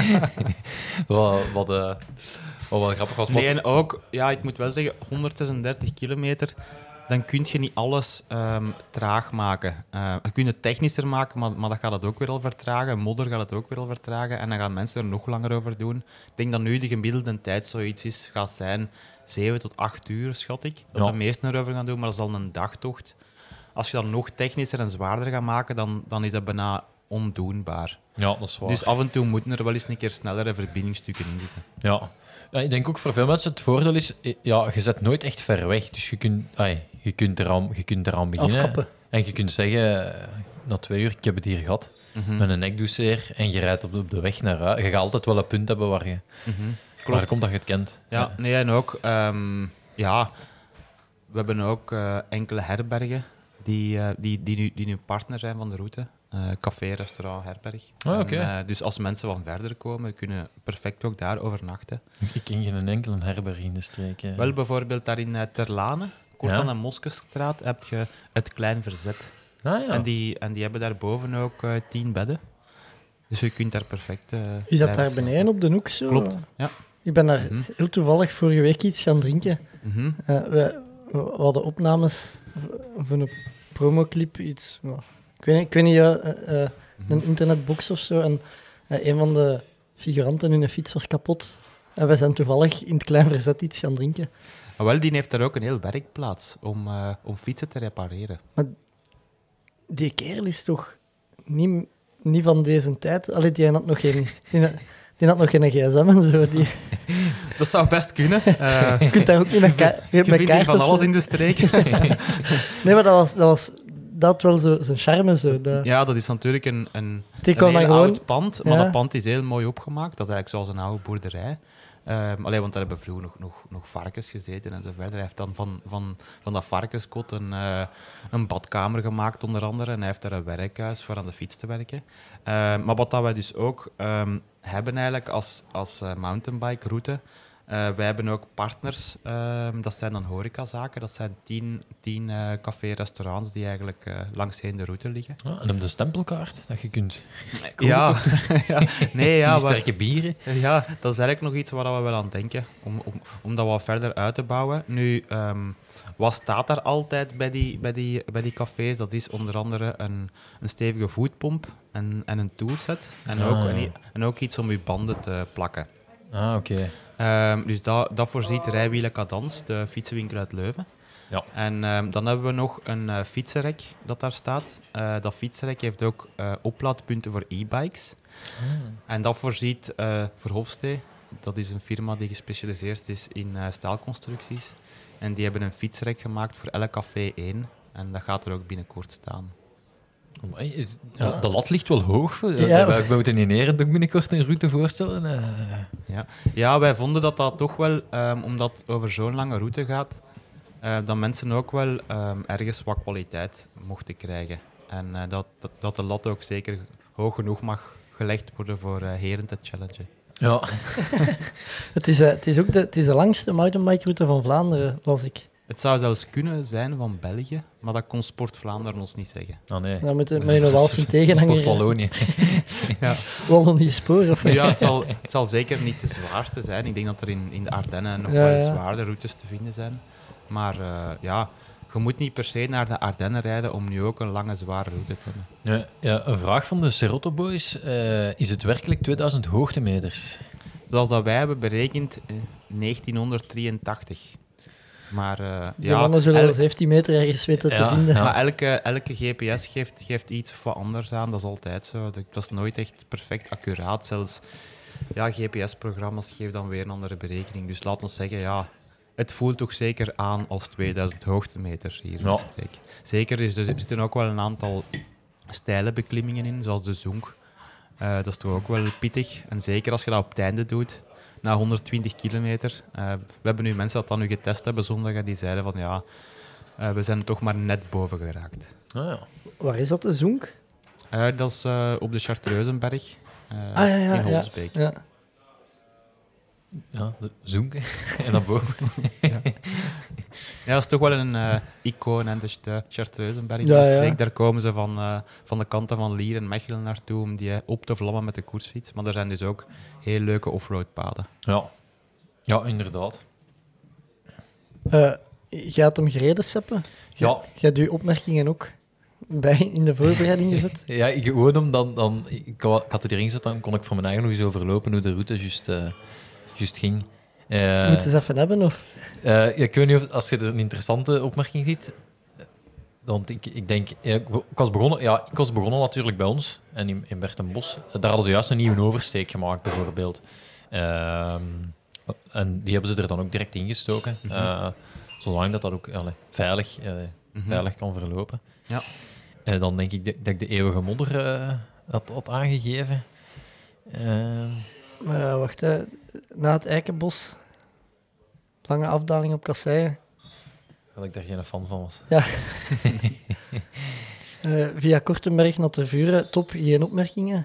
wat, wat, eh, wat wel grappig was. Nee, Maar- en ook, ja, ik moet wel zeggen, honderdzesendertig kilometer, dan kun je niet alles ehm, traag maken. Eh, je kunt het technischer maken, maar, maar dat gaat het ook weer al vertragen. Modder gaat het ook weer al vertragen. En dan gaan mensen er nog langer over doen. Ik denk dat nu de gemiddelde tijd zoiets is, gaat zijn zeven tot acht uur, schat ik. Dat Ja. de meesten erover gaan doen, maar dat is al een dagtocht. Als je dat nog technischer en zwaarder gaat maken, dan, dan is dat bijna ondoenbaar. Ja, dat is waar. Dus af en toe moeten er wel eens een keer snellere verbindingsstukken in zitten. Ja. Ja, ik denk ook voor veel mensen het voordeel is, eh, ja, je zet nooit echt ver weg. Dus je kunt, ai, je kunt, eraan, je kunt eraan beginnen. Afkappen. En je kunt zeggen, eh, na twee uur, ik heb het hier gehad, Mhm. met een nekdoucheer. En je rijdt op de, op de weg naar huis. Je gaat altijd wel een punt hebben waar je, Mhm. waar je komt dat je het kent. Ja, nee, en ook, ehm, ja, we hebben ook eh, enkele herbergen die, eh, die, die, nu, die nu partner zijn van de route. Eh, café, restaurant, herberg. Ah, oké. En, eh, dus als mensen van verder komen, kunnen perfect ook daar overnachten. Ik ken geen enkele herberg in de streek. eh. Wel bijvoorbeeld daar in uh, Terlane, kort Ja. aan de Moskestraat, heb je het Klein Verzet. Ah, ja. En, die, en die hebben daarboven ook eh, tien bedden. Dus je kunt daar perfect... eh, Is dat blijven daar slapen. beneden op de hoek zo? Klopt, ja. Ik ben daar Mhm. heel toevallig vorige week iets gaan drinken. Mhm. Eh, we, we hadden opnames v- van een promoclip, iets... ja, ik weet niet, ik weet niet ja, eh, eh, een internetbox of zo. En eh, een van de figuranten hun fiets was kapot. En wij zijn toevallig in het Klein Verzet iets gaan drinken. Maar wel, die heeft daar ook een heel werkplaats om, eh, om fietsen te repareren. Die kerel is toch niet, niet van deze tijd? Allee, die had nog geen... Die had, die had nog geen gsm en zo. Die, Dat zou best kunnen. Eh, je kunt daar ook niet met, ka- je met vindt hier kaart van of zo. alles in de streek. Nee, maar dat was, dat was dat had wel zo, zijn charme. Zo. Dat, Ja, dat is natuurlijk een, een, die een kon heel dan gewoon... oud pand, maar Ja. dat pand is heel mooi opgemaakt. Dat is eigenlijk zoals een oude boerderij. Ehm allee, want daar hebben vroeger nog, nog, nog varkens gezeten en zo verder. Hij heeft dan van, van, van dat varkenskot een, eh, een badkamer gemaakt, onder andere. En hij heeft daar een werkhuis voor aan de fiets te werken. Ehm, maar wat dat wij dus ook ehm, hebben eigenlijk als, als uh, mountainbike-route... Uh, wij hebben ook partners, ehm, dat zijn dan horecazaken. Dat zijn tien, tien uh, café-restaurants die eigenlijk uh, langsheen de route liggen. Ja, en heb je de stempelkaart dat je kunt Ja, ja, nee, ja, die maar- sterke bieren. ja, dat is eigenlijk nog iets waar we wel aan denken, om, om, om dat wat verder uit te bouwen. Nu, ehm, wat staat daar altijd bij die, bij die, bij die cafés? Dat is onder andere een, een stevige voetpomp en, en een toolset. En, Ah, ook, ja. en, en ook iets om je banden te plakken. Ah, oké. Ehm, dus dat, dat voorziet Rijwielen Cadans, de fietsenwinkel uit Leuven. Ja. En ehm, dan hebben we nog een uh, fietsenrek dat daar staat. Uh, dat fietsenrek heeft ook uh, oplaadpunten voor e-bikes. En dat voorziet uh, Verhofstee. Dat is een firma die gespecialiseerd is in uh, staalconstructies. En die hebben een fietsrek gemaakt voor elk café één. En dat gaat er ook binnenkort staan. Amai, is- ja, de lat ligt wel hoog. Ja. Ja. We, we moeten in Eren ook binnenkort een route voorstellen. eh. Ja. ja, wij vonden dat dat toch wel, um, omdat het over zo'n lange route gaat, uh, dat mensen ook wel um, ergens wat kwaliteit mochten krijgen. En uh, dat, dat, dat de lat ook zeker hoog genoeg mag gelegd worden voor uh, heren te challengen. Ja. Het is, eh, het is ook de, het is de langste mountainbike-route van Vlaanderen, las ik. Het zou zelfs kunnen zijn van België, maar dat kon Sport Vlaanderen ons niet zeggen. Ah, nee. Dan moet je met een Waalse Sport tegenhanger... Wallonië. Ja. Wallonie spoor, of... Ja, het zal, het zal zeker niet de zwaarste zijn. Ik denk dat er in, in de Ardennen nog Ja, wel ja. zwaardere routes te vinden zijn. Maar uh, ja, je moet niet per se naar de Ardennen rijden om nu ook een lange, zware route te hebben. Ja, ja, een vraag van de Serotto Boys. Uh, is het werkelijk tweeduizend hoogtemeters? Zoals dat wij hebben berekend, eh, negentienhonderddrieëntachtig. Maar uh, Die ja, mannen zullen elk- wel zeventien meter ergens weten te Ja, vinden. ja. maar elke, elke G P S geeft, geeft iets of wat anders aan. Dat is altijd zo. Dat dat is nooit echt perfect accuraat. Zelfs ja, G P S-programma's geven dan weer een andere berekening. Dus laat ons zeggen, ja, het voelt toch zeker aan als tweeduizend hoogtemeters hier in Ja. de streek. Zeker, is er, er zitten ook wel een aantal steile beklimmingen in, zoals de Zonk. Uh, dat is toch ook wel pittig. En zeker als je dat op het einde doet, na honderdtwintig kilometer. Uh, we hebben nu mensen dat dan nu getest hebben zondag en die zeiden van ja, uh, we zijn er toch maar net boven geraakt. Ah, ja. Waar is dat, de Zonk? Uh, dat is uh, op de Chartreuzenberg uh, ah, ja, ja, in Holsbeek. Ja, ja. Ja, de zoenken en naar boven. ja. ja, dat is toch wel een uh, icoon, en dus de Chartreuzenberg. Ja, ja. ja. Daar komen ze van, uh, van de kanten van Lier en Mechelen naartoe om die uh, op te vlammen met de koersfiets. Maar er zijn dus ook heel leuke offroadpaden. Ja, ja inderdaad. Uh, jij had hem gereden, Seppe? Ja. Jij had je opmerkingen ook bij in de voorbereiding gezet? Ja, ik gewoon hem dan... dan ik, ik had het erin gezet, dan kon ik voor mijn eigen nog eens overlopen hoe de route juist... Uh, Just ging. Uh, Moet je eens even hebben, of? Uh, ik weet niet of als je er een interessante opmerking ziet. Want ik, ik denk, ik was, begonnen, ja, ik was begonnen natuurlijk bij ons en in, in Bertenbos. Daar hadden ze juist een nieuwe oversteek gemaakt, bijvoorbeeld. Uh, en die hebben ze er dan ook direct ingestoken. Mm-hmm. Uh, zolang dat dat ook allez, veilig, uh, mm-hmm. veilig kan verlopen. Ja. En dan denk ik dat, dat ik de eeuwige modder uh, had, had aangegeven. Uh, uh, wacht, hè. Na het Eikenbos, lange afdaling op Kasseien. Dat ik daar geen fan van was. Ja. uh, via Kortenberg naar Tervuren, top, geen opmerkingen.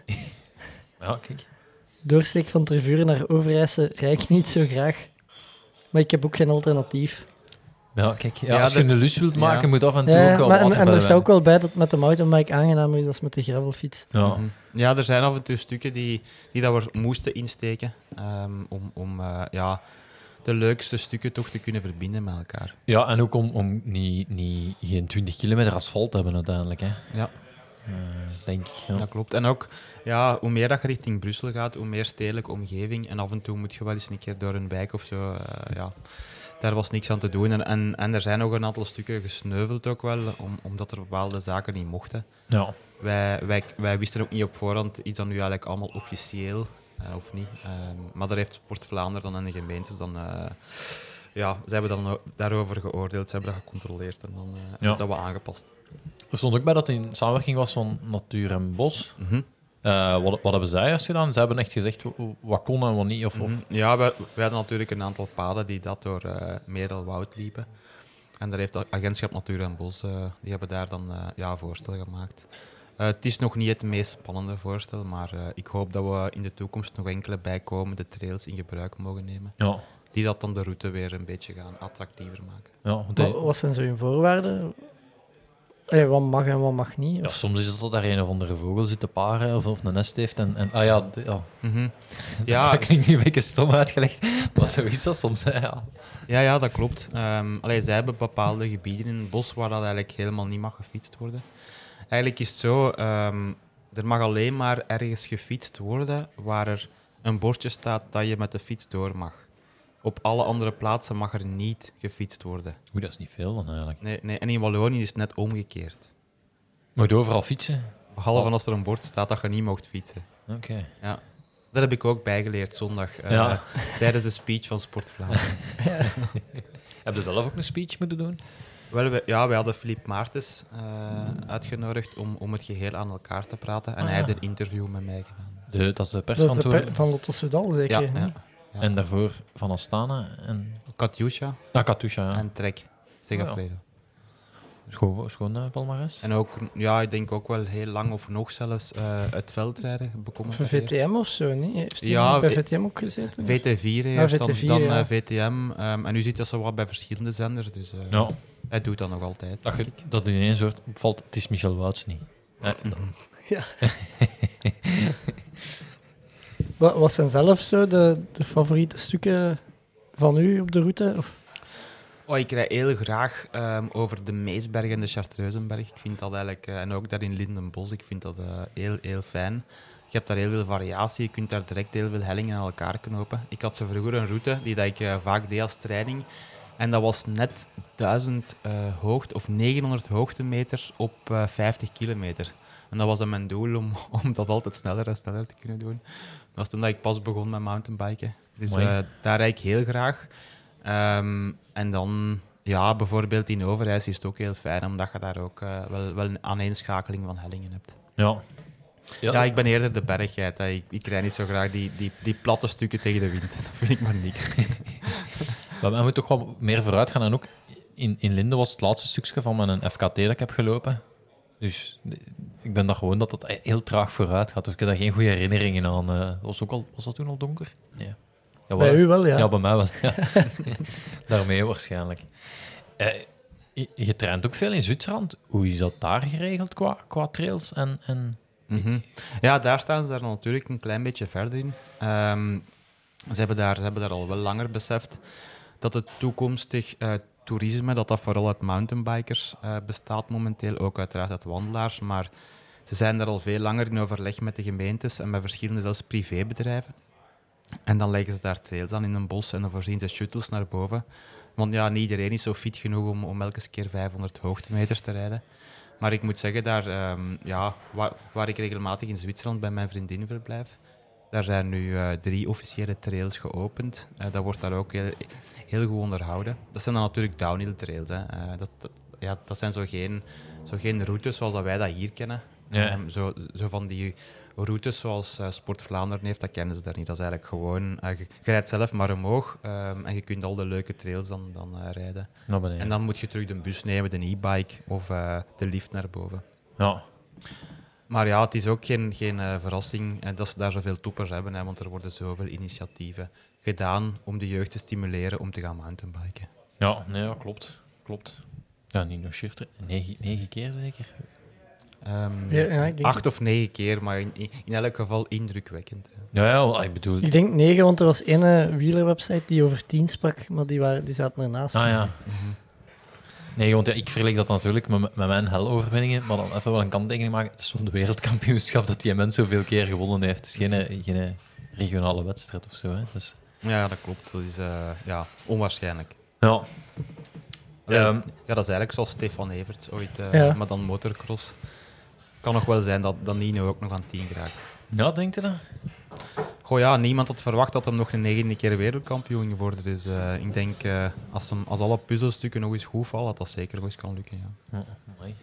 Ja, kijk. Doorsteek van Tervuren naar Overijse rijd ik niet zo graag. Maar ik heb ook geen alternatief. Ja, kijk, ja, ja, als je een lus wilt maken, ja. moet af en toe ja, ook wel maar en, water en bij er staat ook wel bij dat met de mountainbike aangenamer is dan met de gravelfiets. Ja. Mm-hmm. Ja, er zijn af en toe stukken die, die dat we moesten insteken um, om, om uh, ja, de leukste stukken toch te kunnen verbinden met elkaar. Ja, en ook om, om niet, niet geen twintig kilometer asfalt te hebben uiteindelijk. Hè. Ja. Uh, denk ik. Ja. Dat klopt. En ook, ja, hoe meer dat je richting Brussel gaat, hoe meer stedelijke omgeving. En af en toe moet je wel eens een keer door een wijk of zo. Uh, ja. Daar was niks aan te doen. En, en, en er zijn nog een aantal stukken gesneuveld ook wel, om, omdat er bepaalde zaken niet mochten. Ja. Wij, wij, wij wisten ook niet op voorhand iets dat nu eigenlijk allemaal officieel, uh, of niet. Uh, maar daar heeft Sport Vlaanderen dan en de gemeentes dan... Uh, ja, ze hebben dan daarover geoordeeld, ze hebben dat gecontroleerd en dan uh, ja. is dat wat aangepast. Er stond ook bij dat het in samenwerking was van Natuur en Bos. Mm-hmm. Uh, wat, wat hebben zij juist gedaan? Ze hebben echt gezegd wat kon en wat niet? Of, of... Ja, we, we hadden natuurlijk een aantal paden die dat door uh, Merelwoud liepen. En daar heeft het agentschap Natuur en Bos, uh, die hebben daar dan uh, ja, voorstel gemaakt. Uh, het is nog niet het meest spannende voorstel, maar uh, ik hoop dat we in de toekomst nog enkele bijkomende trails in gebruik mogen nemen. Ja. Die dat dan de route weer een beetje gaan attractiever maken. Ja, want hij... wat, wat zijn zo hun voorwaarden? Hey, wat mag en wat mag niet? Ja, soms is het dat daar een of andere vogel zit te paren of, of een nest heeft. En, en, ah ja, d- ja. Mm-hmm. Ja, dat klinkt niet een beetje stom uitgelegd, maar zo is dat soms. Hè, ja. Ja, ja, dat klopt. Um, allee, zij hebben bepaalde gebieden in het bos waar dat eigenlijk helemaal niet mag gefietst worden. Eigenlijk is het zo, um, er mag alleen maar ergens gefietst worden waar er een bordje staat dat je met de fiets door mag. Op alle andere plaatsen mag er niet gefietst worden. Oeh, dat is niet veel dan eigenlijk. Nee, nee. En in Wallonië is het net omgekeerd. Mag je overal fietsen? Behalve oh. als er een bord staat dat je niet mocht fietsen. Oké. Okay. Ja. Dat heb ik ook bijgeleerd zondag, uh, ja. tijdens de speech van Sport Vlaanderen. ja. Heb je zelf ook een speech moeten doen? Wel, we, ja, wij hadden Philippe Maartens uh, uitgenodigd om, om het geheel aan elkaar te praten. En ah, hij ja. heeft een interview met mij gedaan. De, dat is de pers dat is de per, van Lotto Soudal, zeker? Ja, ja, ja. En daarvoor van Astana en... Katyusha. Ah, Katyusha, ja. En Trek, Segafredo. Oh, ja. Schoon, schoon uh, palmares. En ook, ja, ik denk ook wel heel lang of nog zelfs uh, het veldrijden bekomen. Voor V T M of zo, niet? Heeft hij ja, bij V T M ook gezeten? V T vier eerst, ah, V T vier, dan, dan ja. uh, V T M. Um, en nu zit dat zo wat bij verschillende zenders, dus uh, ja. hij doet dat nog altijd. Dat, je, dat in één soort opvalt, het is Michel Wouts niet. Eh, mm-hmm. Ja. wat, wat zijn zelf zo de, de favoriete stukken van u op de route? Of? Oh, ik rijd heel graag um, over de Meesberg en de Chartreuzenberg. Ik vind dat eigenlijk, uh, en ook daar in Lindenbos, ik vind dat uh, heel, heel fijn. Je hebt daar heel veel variatie, je kunt daar direct heel veel hellingen aan elkaar knopen. Ik had zo vroeger een route die dat ik uh, vaak deed als training. En dat was net duizend uh, hoogte of negenhonderd hoogtemeters op uh, vijftig kilometer. En dat was dan mijn doel om, om dat altijd sneller en sneller te kunnen doen. Dat was toen dat ik pas begon met mountainbiken. Dus uh, daar rijd ik heel graag. Um, en dan, ja, bijvoorbeeld in Overijs is het ook heel fijn, omdat je daar ook uh, wel, wel een aaneenschakeling van hellingen hebt. Ja. Ja, ja ik ben eerder de berggeit. Hè. Ik, ik rijd niet zo graag die, die, die platte stukken tegen de wind. Dat vind ik maar niks. Maar we moeten toch wel meer vooruit gaan. En ook in, in Linde was het laatste stukje van mijn F K T dat ik heb gelopen. Dus ik ben dat gewoon dat het heel traag vooruit gaat. Dus ik heb daar geen goede herinneringen aan. Uh, was, ook al, was dat toen al donker? Nee. Ja, bij u wel, ja. Ja, bij mij wel. Ja. Daarmee waarschijnlijk. Uh, je, je traint ook veel in Zwitserland. Hoe is dat daar geregeld qua, qua trails? En, en... Mm-hmm. Ja, daar staan ze daar natuurlijk een klein beetje verder in. Um, ze, hebben daar, ze hebben daar al wel langer beseft dat het toekomstig uh, toerisme, dat dat vooral uit mountainbikers uh, bestaat momenteel, ook uiteraard uit wandelaars, maar ze zijn daar al veel langer in overleg met de gemeentes en met verschillende zelfs privébedrijven. En dan leggen ze daar trails aan in een bos en dan voorzien ze shuttles naar boven. Want ja, niet iedereen is zo fit genoeg om, om elke keer vijfhonderd hoogtemeters te rijden. Maar ik moet zeggen, daar, um, ja, waar, waar ik regelmatig in Zwitserland bij mijn vriendin verblijf, daar zijn nu uh, drie officiële trails geopend. Uh, dat wordt daar ook heel, heel goed onderhouden. Dat zijn dan natuurlijk downhill trails. Hè. Uh, dat, dat, ja, dat zijn zo geen, zo geen routes zoals dat wij dat hier kennen. Ja. Um, zo, zo van die routes zoals uh, Sport Vlaanderen heeft, dat kennen ze daar niet. Dat is eigenlijk gewoon, uh, je, je rijdt zelf maar omhoog um, en je kunt al de leuke trails dan, dan uh, rijden. En dan moet je terug de bus nemen, de e-bike of uh, de lift naar boven. Ja. Maar ja, het is ook geen, geen uh, verrassing uh, dat ze daar zoveel toppers hebben, hè, want er worden zoveel initiatieven gedaan om de jeugd te stimuleren om te gaan mountainbiken. Ja, nee, ja klopt. klopt. Ja, niet nog shirten. Negen, negen keer zeker? Um, ja, ja, ik denk acht of negen keer, maar in, in elk geval indrukwekkend. Hè. Ja, ja, ik bedoel... Ik denk negen, want er was één wielerwebsite die over tien sprak, maar die, waren, die zaten ernaast. Ah ja. Mm-hmm. Nee, want ja, ik vergelijk dat natuurlijk met, met mijn hel-overwinningen, maar dan even wel een kanttekening maken. Het is wel de wereldkampioenschap dat die mens zoveel keer gewonnen heeft. Het is geen, geen regionale wedstrijd of zo. Hè. Dus... Ja, dat klopt. Dat is uh, ja, onwaarschijnlijk. Ja. Allee, um, ja, dat is eigenlijk zoals Stefan Everts ooit, uh, ja. maar dan motocross. Kan nog wel zijn dat, dat Nino ook nog aan tien geraakt. Ja, denkt u dat? Goh ja, niemand had verwacht dat hij nog een negende keer wereldkampioen geworden. Dus uh, ik denk, uh, als, hem, als alle puzzelstukken nog eens goed vallen, dat dat zeker nog eens kan lukken. Ja. Oh, mooi.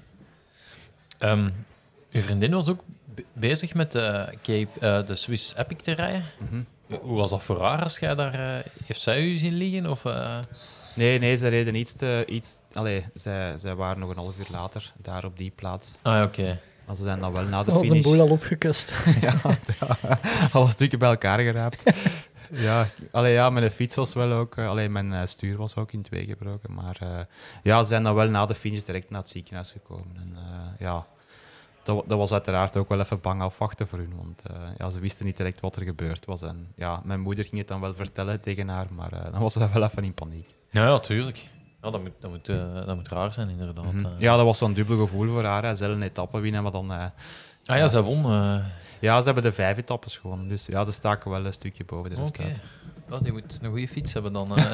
Um, uw vriendin was ook be- bezig met uh, Cape, uh, de Swiss Epic te rijden. Mm-hmm. Hoe was dat voor haar als jij daar... Uh, heeft zij u zien liggen? Of, uh... Nee, nee, ze reden iets te... Iets, allez, zij, zij waren nog een half uur later daar op die plaats. Ah, oké. Okay. Maar ze zijn dan wel na de Als finish... een boel al opgekust. ja, ja, alle stukken bij elkaar geraapt. ja, allee, ja, mijn fiets was wel ook... Allee, mijn uh, stuur was ook in twee gebroken. Maar uh, ja, ze zijn dan wel na de finish direct naar het ziekenhuis gekomen. En uh, ja... Dat, dat was uiteraard ook wel even bang afwachten voor hun, want uh, ja, ze wisten niet direct wat er gebeurd was. En ja, mijn moeder ging het dan wel vertellen tegen haar, maar uh, dan was ze wel even in paniek. Ja, ja, tuurlijk. Ja, dat, moet, dat, moet, uh, dat moet raar zijn, inderdaad. Mm-hmm. Uh. Ja, dat was zo'n dubbel gevoel voor haar. Hè. Ze wilden een etappe winnen, maar dan... Uh, ah ja, ze won. Uh... Ja, ze hebben de vijf etappes gewonnen, dus ja, ze staken wel een stukje boven de rest okay. uit. Oh, die moet een goede fiets hebben dan. Uh...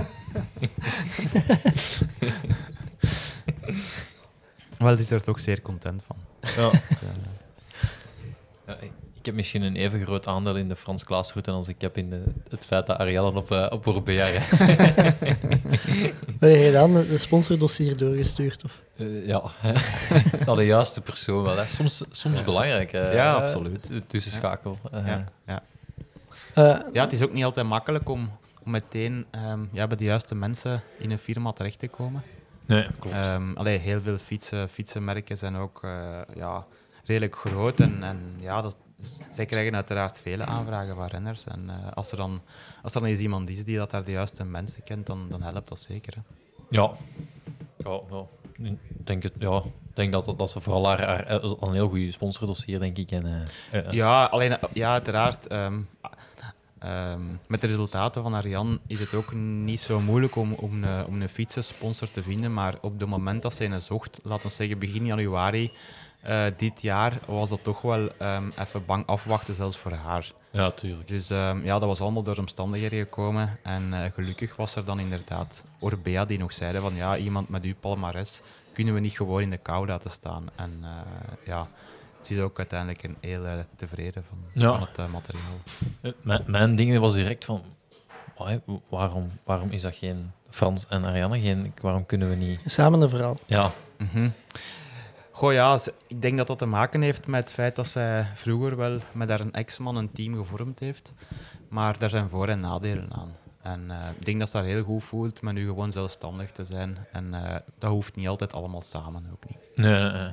Wel, ze is er toch zeer content van. Ja. Dus, uh, ja, ik heb misschien een even groot aandeel in de Frans Klaasroute als ik heb in de, het feit dat Arielle op, uh, op Orbea rijdt. Heb je dan de sponsordossier doorgestuurd? Of? Uh, ja, naar de juiste persoon wel. Hè. Soms, soms ja. belangrijk. Uh, ja, absoluut. De tussenschakel. Uh, ja, ja. Uh, ja, het is ook niet altijd makkelijk om, om meteen um, ja, bij de juiste mensen in een firma terecht te komen. Nee, klopt. Um, allee, heel veel fietsen, fietsenmerken zijn ook uh, ja, redelijk groot. En, en ja, dat, zij krijgen uiteraard vele aanvragen van renners. En uh, als, er dan, als er dan eens iemand is die dat daar de juiste mensen kent, dan, dan helpt dat zeker. Hè. Ja. Ja, ja. Ik denk, het, ja, ik denk dat, dat ze vooral haar, haar, een heel goede sponsordossier, denk ik. En, uh, uh. Ja, alleen, ja, uiteraard... Um, Um, met de resultaten van Ariane is het ook niet zo moeilijk om, om, een, om een fietsensponsor te vinden, maar op het moment dat zij een zocht, laten we zeggen begin januari uh, dit jaar, was dat toch wel um, even bang afwachten, zelfs voor haar. Ja, tuurlijk. Dus um, ja, dat was allemaal door omstandigheden gekomen en uh, gelukkig was er dan inderdaad Orbea die nog zeiden van ja, iemand met uw palmares kunnen we niet gewoon in de kou laten staan. En uh, ja... Ze is ook uiteindelijk een heel uh, tevreden van, ja. van het uh, materiaal. Uh, mijn, mijn ding was direct van... Waarom, waarom is dat geen Frans en Ariane? Geen, waarom kunnen we niet... Samen een verhaal. Ja. Mm-hmm. Goh ja, ze, ik denk dat dat te maken heeft met het feit dat zij vroeger wel met haar ex-man een team gevormd heeft. Maar daar zijn voor- en nadelen aan. En uh, ik denk dat ze daar heel goed voelt met nu gewoon zelfstandig te zijn. En uh, dat hoeft niet altijd allemaal samen, ook niet. Nee, nee, nee.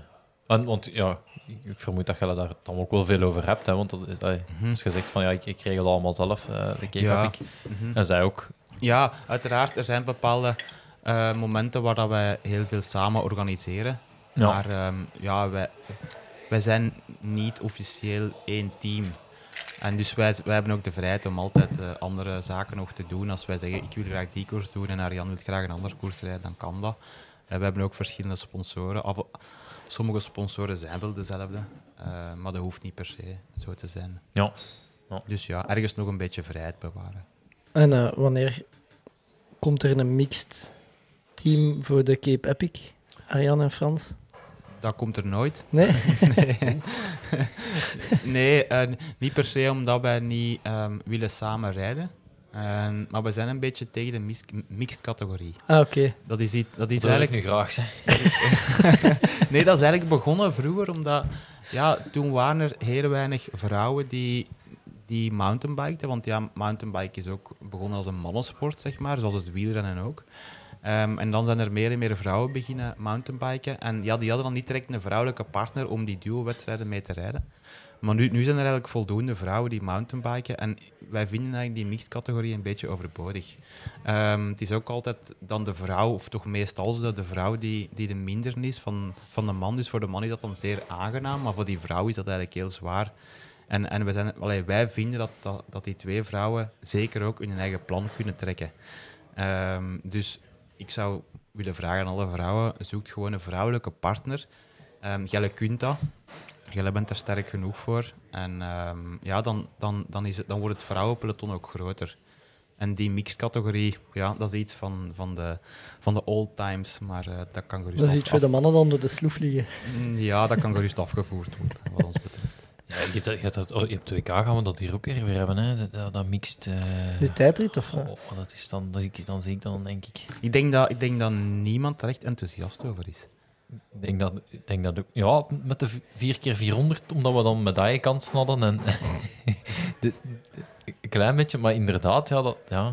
En, want ja, ik vermoed dat je daar dan ook wel veel over hebt. Hè, want dat is, allee, Mhm. als je zegt van ja, ik, ik regel allemaal zelf, uh, de Cape Ja. Epic. Mhm. En zij ook. Ja, uiteraard. Er zijn bepaalde eh, momenten waar dat wij heel veel samen organiseren. Ja. Maar ehm, ja, wij, wij zijn niet officieel één team. En dus wij, wij hebben ook de vrijheid om altijd eh, andere zaken nog te doen. Als wij zeggen, ik wil graag die koers doen en Arjan wil graag een andere koers rijden, dan kan dat. En we hebben ook verschillende sponsoren. Of, sommige sponsoren zijn wel dezelfde, uh, maar dat hoeft niet per se zo te zijn. Ja. Ja. Dus ja, ergens nog een beetje vrijheid bewaren. En uh, wanneer komt er een mixed team voor de Cape Epic? Arjan en Frans? Dat komt er nooit. Nee? nee, nee uh, niet per se omdat wij niet um, willen samen rijden. Um, maar we zijn een beetje tegen de mis- mixed categorie. Ah, oké. Okay. Dat is, iets, dat is dat eigenlijk... ik nu graag, zeg. Nee, dat is eigenlijk begonnen vroeger, omdat ja, toen waren er heel weinig vrouwen die, die mountainbikten. Want ja, mountainbike is ook begonnen als een mannensport, zeg maar, zoals het wielrennen ook. Um, en dan zijn er meer en meer vrouwen beginnen mountainbiken. En ja, die hadden dan niet direct een vrouwelijke partner om die duo-wedstrijden mee te rijden. Maar nu, nu zijn er eigenlijk voldoende vrouwen die mountainbiken. En wij vinden eigenlijk die mixed-categorie een beetje overbodig. Um, het is ook altijd dan de vrouw, of toch meestal de, de vrouw die, die de minder is van, van de man. Dus voor de man is dat dan zeer aangenaam, maar voor die vrouw is dat eigenlijk heel zwaar. En, en wij, zijn, allee, wij vinden dat, dat, dat die twee vrouwen zeker ook hun eigen plan kunnen trekken. Um, dus ik zou willen vragen aan alle vrouwen, zoek gewoon een vrouwelijke partner. Um, Jij kunt dat. Jij bent er sterk genoeg voor. En um, ja, dan, dan, dan, is het, dan wordt het vrouwenpeloton ook groter. En die mixcategorie, ja, dat is iets van, van, de, van de old times, maar uh, dat kan gerust Dat is af, iets voor de mannen dan door de sloef liggen. Ja, dat kan gerust afgevoerd worden, wat ons betreft. Ja, je, je, je, dat, oh, je hebt W K gaan we dat hier ook weer hebben, hè? Dat, dat, dat mixed... Uh... De tijdrit, of wat? Oh, dat is dan, dat ik, dan zie ik dan, denk ik... Ik denk dat, ik denk dat niemand er echt enthousiast over is. Ik denk dat, ik denk dat ook... Ja, met de vier keer vierhonderd, omdat we dan medaillekansen hadden en... de, de, een klein beetje, maar inderdaad, ja, dat... Ja,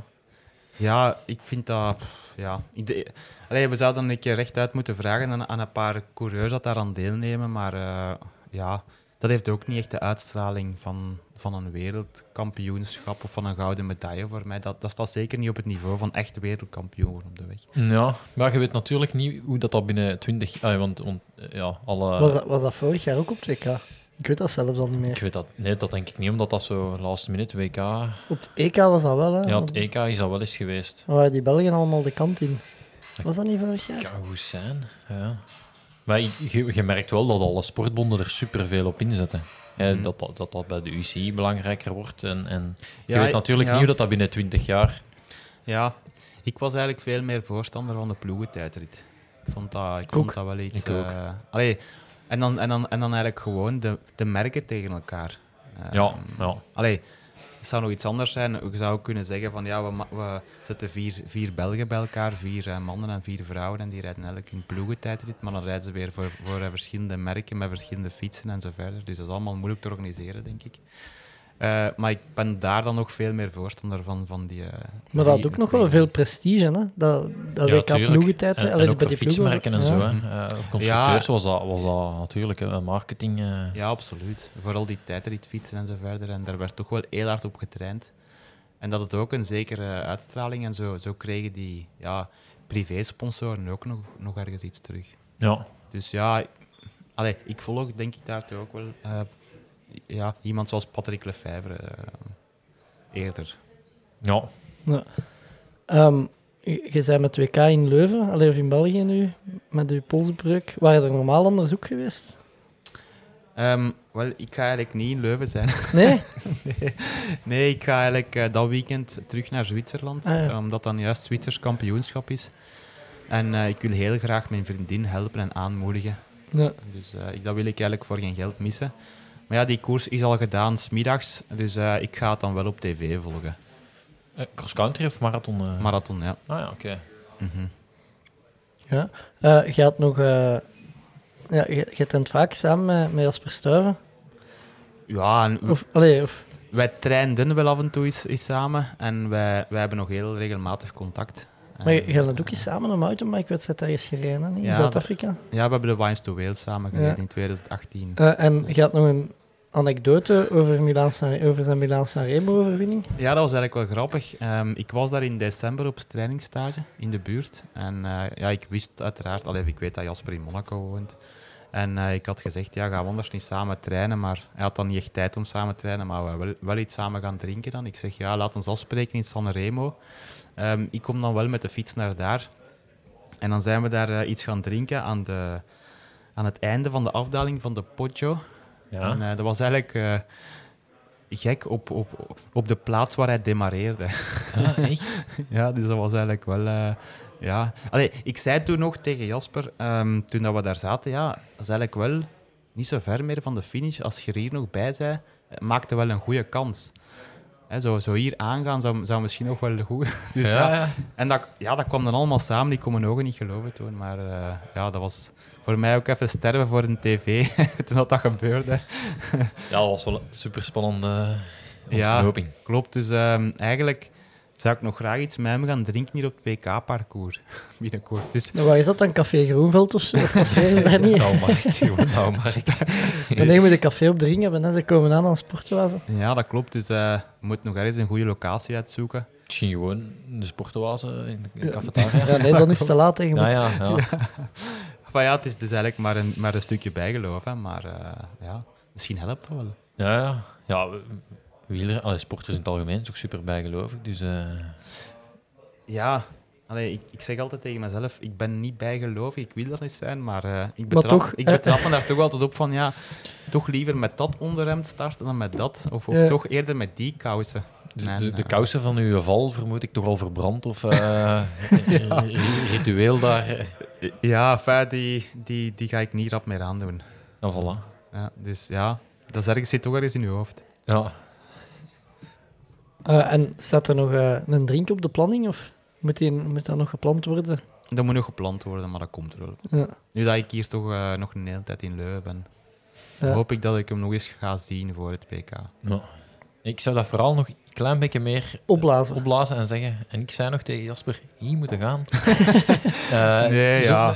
ja ik vind dat... Ja, ik, allee, we zouden een keer rechtuit moeten vragen aan, aan een paar coureurs dat daaraan deelnemen, maar uh, ja... Dat heeft ook niet echt de uitstraling van, van een wereldkampioenschap of van een gouden medaille voor mij. Dat, dat staat zeker niet op het niveau van echt wereldkampioen op de weg. Ja, maar je weet natuurlijk niet hoe dat, dat binnen twintig... Ah, want, want, ja, alle... was, dat, was dat vorig jaar ook op het W K? Ik weet dat zelfs al niet meer. Ik weet dat... Nee, dat denk ik niet, omdat dat zo last minute W K... Op het E K was dat wel, hè? Ja, op het E K is dat wel eens geweest. Maar waren die Belgen allemaal de kant in? Was dat niet vorig jaar? Dat kan goed zijn, ja. Maar je, je merkt wel dat alle sportbonden er superveel op inzetten. Ja, mm. dat, dat, dat dat bij de U C I belangrijker wordt. En, en je ja, weet natuurlijk ja. niet hoe dat, dat binnen twintig jaar... Ja, ik was eigenlijk veel meer voorstander van de ploegentijdrit. Ik vond dat, ik vond dat wel iets... Ik ook. Uh, allee, en, dan, en, dan, en dan eigenlijk gewoon de, de merken tegen elkaar. Uh, ja, ja. Allee, het zou nog iets anders zijn. Je zou kunnen zeggen van ja, we, we zetten vier, vier Belgen bij elkaar, vier uh, mannen en vier vrouwen, en die rijden elk hun ploegentijdrit, maar dan rijden ze weer voor, voor uh, verschillende merken met verschillende fietsen en zo verder. Dus dat is allemaal moeilijk te organiseren, denk ik. Uh, maar ik ben daar dan nog veel meer voorstander van, van die... Uh, maar dat had ook nog wel veel prestige, hè? Dat, dat ja, W K ploegentijd. En, en ook voor fietsmerken en ja. zo. Hè. Uh, constructeurs ja. was, dat, was dat natuurlijk een marketing... Uh... Ja, absoluut. Vooral die tijdritfietsen en zo verder. En daar werd toch wel heel hard op getraind. En dat het ook een zekere uitstraling en zo, zo kregen die ja, privé-sponsoren ook nog, nog ergens iets terug. Ja. Dus ja, allee, ik volg denk ik daar toch ook wel... Uh, ja, iemand zoals Patrick Lefevre uh, eerder. Ja. ja. Um, je, je zei met W K in Leuven, alleen of in België nu, met je polsbreuk. Waren er normaal anders ook geweest? Um, Wel, ik ga eigenlijk niet in Leuven zijn. Nee? nee, nee, ik ga eigenlijk uh, dat weekend terug naar Zwitserland, ah, ja. omdat dan juist Zwitsers kampioenschap is. En uh, ik wil heel graag mijn vriendin helpen en aanmoedigen. Ja. Dus uh, ik, dat wil ik eigenlijk voor geen geld missen. Maar ja, die koers is al gedaan 's middags, dus uh, ik ga het dan wel op tv volgen. Uh, cross-country of marathon? Uh... Marathon, ja. Ah ja, oké. Okay. Mm-hmm. Ja, uh, je had nog... Uh, ja, je, je tent vaak samen met, met Jasper Stuyven? Ja, en of, allee, of... wij trainden wel af en toe eens, eens samen en wij, wij hebben nog heel regelmatig contact. Maar je gaat het ook eens samen een mountainbike-wedstrijd daar eens gereden, hè, in Ja, Zuid-Afrika? Ja, we hebben de Wines to Wales samen gereden Ja. in twintig achttien. Uh, en je had nog een anekdote over, Milaan-San, over zijn Milaan-San Remo-overwinning. Ja, dat was eigenlijk wel grappig. Um, ik was daar in december op trainingsstage in de buurt. En uh, ja, ik wist uiteraard, allee, ik weet dat Jasper in Monaco woont. En uh, ik had gezegd, ja, gaan we anders niet samen trainen. Maar hij had dan niet echt tijd om samen te trainen, maar we wel, wel iets samen gaan drinken dan. Ik zeg, ja, laat ons afspreken in Sanremo. Um, ik kom dan wel met de fiets naar daar. En dan zijn we daar uh, iets gaan drinken aan, de, aan het einde van de afdaling van de Poggio. Ja. En uh, dat was eigenlijk uh, gek op, op, op de plaats waar hij demareerde. Ah, echt? Ja, dus dat was eigenlijk wel... Uh, ja. Allee, ik zei toen nog tegen Jasper, um, toen dat we daar zaten, ja, dat is eigenlijk wel niet zo ver meer van de finish. Als je er hier nog bij bent, maakte wel een goede kans. He, zo, zo hier aangaan zou, zou misschien nog wel goed. Dus ja, Ja, ja. En dat, ja, dat kwam dan allemaal samen. Ik kon mijn ogen niet geloven toen. Maar uh, ja, dat was voor mij ook even sterven voor een tv toen dat, dat gebeurde. Ja, dat was wel een superspannende Ja, ontknoping. klopt. Dus um, eigenlijk zou ik nog graag iets met hem gaan drinken hier op het P K-parcours binnenkort. Dus, Nou, waar is dat dan? Café Groenveld of zo? Of passeren ze daar niet? Nauwmarkt, gewoon Nauwmarkt. En dan moet je de café op de ring hebben, hè. Ze komen aan aan Sportoise. ja, dat klopt. Dus uh, we moeten nog ergens een goede locatie uitzoeken. Misschien gewoon de sportoase in de cafetaria. Ja, nee, dan is het te laat. Hè. Je Ja, moet- ja, ja. Enfin, ja, het is dus eigenlijk maar een, maar een stukje bijgeloof. Hè. Maar uh, ja, misschien helpt dat wel. Ja, ja. ja wieler, allee, sporters in het algemeen is ook super bijgelovig. Dus, uh... Ja, allee, ik, ik zeg altijd tegen mezelf, ik ben niet bijgelovig, ik wil dat niet zijn, maar uh, ik betrap, toch, ik eh, betrap me daar toch altijd op van, ja, toch liever met dat onderhemd starten dan met dat. Of, of Ja. toch eerder met die kousen. De, Nee, de, de nee. kousen van uw val vermoed ik toch al verbrand of uh, ritueel daar. Ja, enfin, die, die, die ga ik niet rap meer aandoen. En voilà. Ja, dus ja, dat is ergens, zit toch ergens in je hoofd. Ja. Uh, en staat er nog uh, een drink op de planning? Of moet, die, moet dat nog gepland worden? Dat moet nog gepland worden, maar dat komt er wel. Ja. Nu dat ik hier toch uh, nog een hele tijd in Leuven ben, Ja. hoop ik dat ik hem nog eens ga zien voor het P K. Ja. Ik zou dat vooral nog een klein beetje meer Opblazen. opblazen en zeggen. En ik zei nog tegen Jasper, hier moeten gaan. uh, Nee, ja.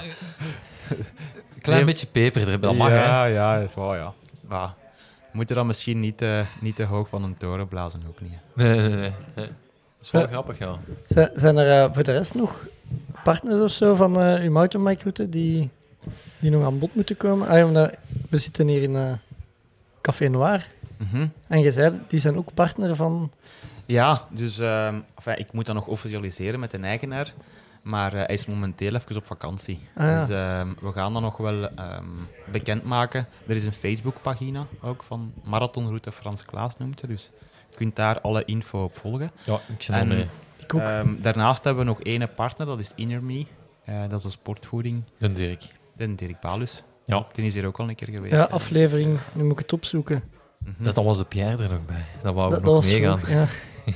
Een klein Nee. beetje peper, er- dat mag, hè. ja, ja, oh, ja. Maar we moeten dan misschien niet, uh, niet te hoog van een toren blazen, ook niet. Hè. Nee, nee, nee. nee. Dat is wel Ja. grappig, ja. Zijn, zijn er uh, voor de rest nog partners of zo van uh, uw mountainbike-route die, die nog aan bod moeten komen? Ah, ja, omdat we zitten hier in uh, Café Noir. Mhm. En je zei, die zijn ook partner van... Ja, dus uh, enfin, ik moet dat nog officialiseren met de eigenaar. Maar uh, hij is momenteel even op vakantie. Ah, ja. Dus uh, we gaan dat nog wel um, bekendmaken. Er is een Facebookpagina ook van Marathonroute Frans Klaas noemt ze. Dus je kunt daar alle info op volgen. Ja, ik zit al En mee. Ik ook. um, daarnaast hebben we nog één partner, dat is InnerMe. Uh, dat is een sportvoeding. De Dirk. En Dirk Balus. Ja. Die is hier ook al een keer geweest. Ja, aflevering. Nu moet ik het opzoeken. Mhm. Dat dan was de Pierre er nog bij. Dat wou Dat, we dat nog was meegaan. vroeg, ja.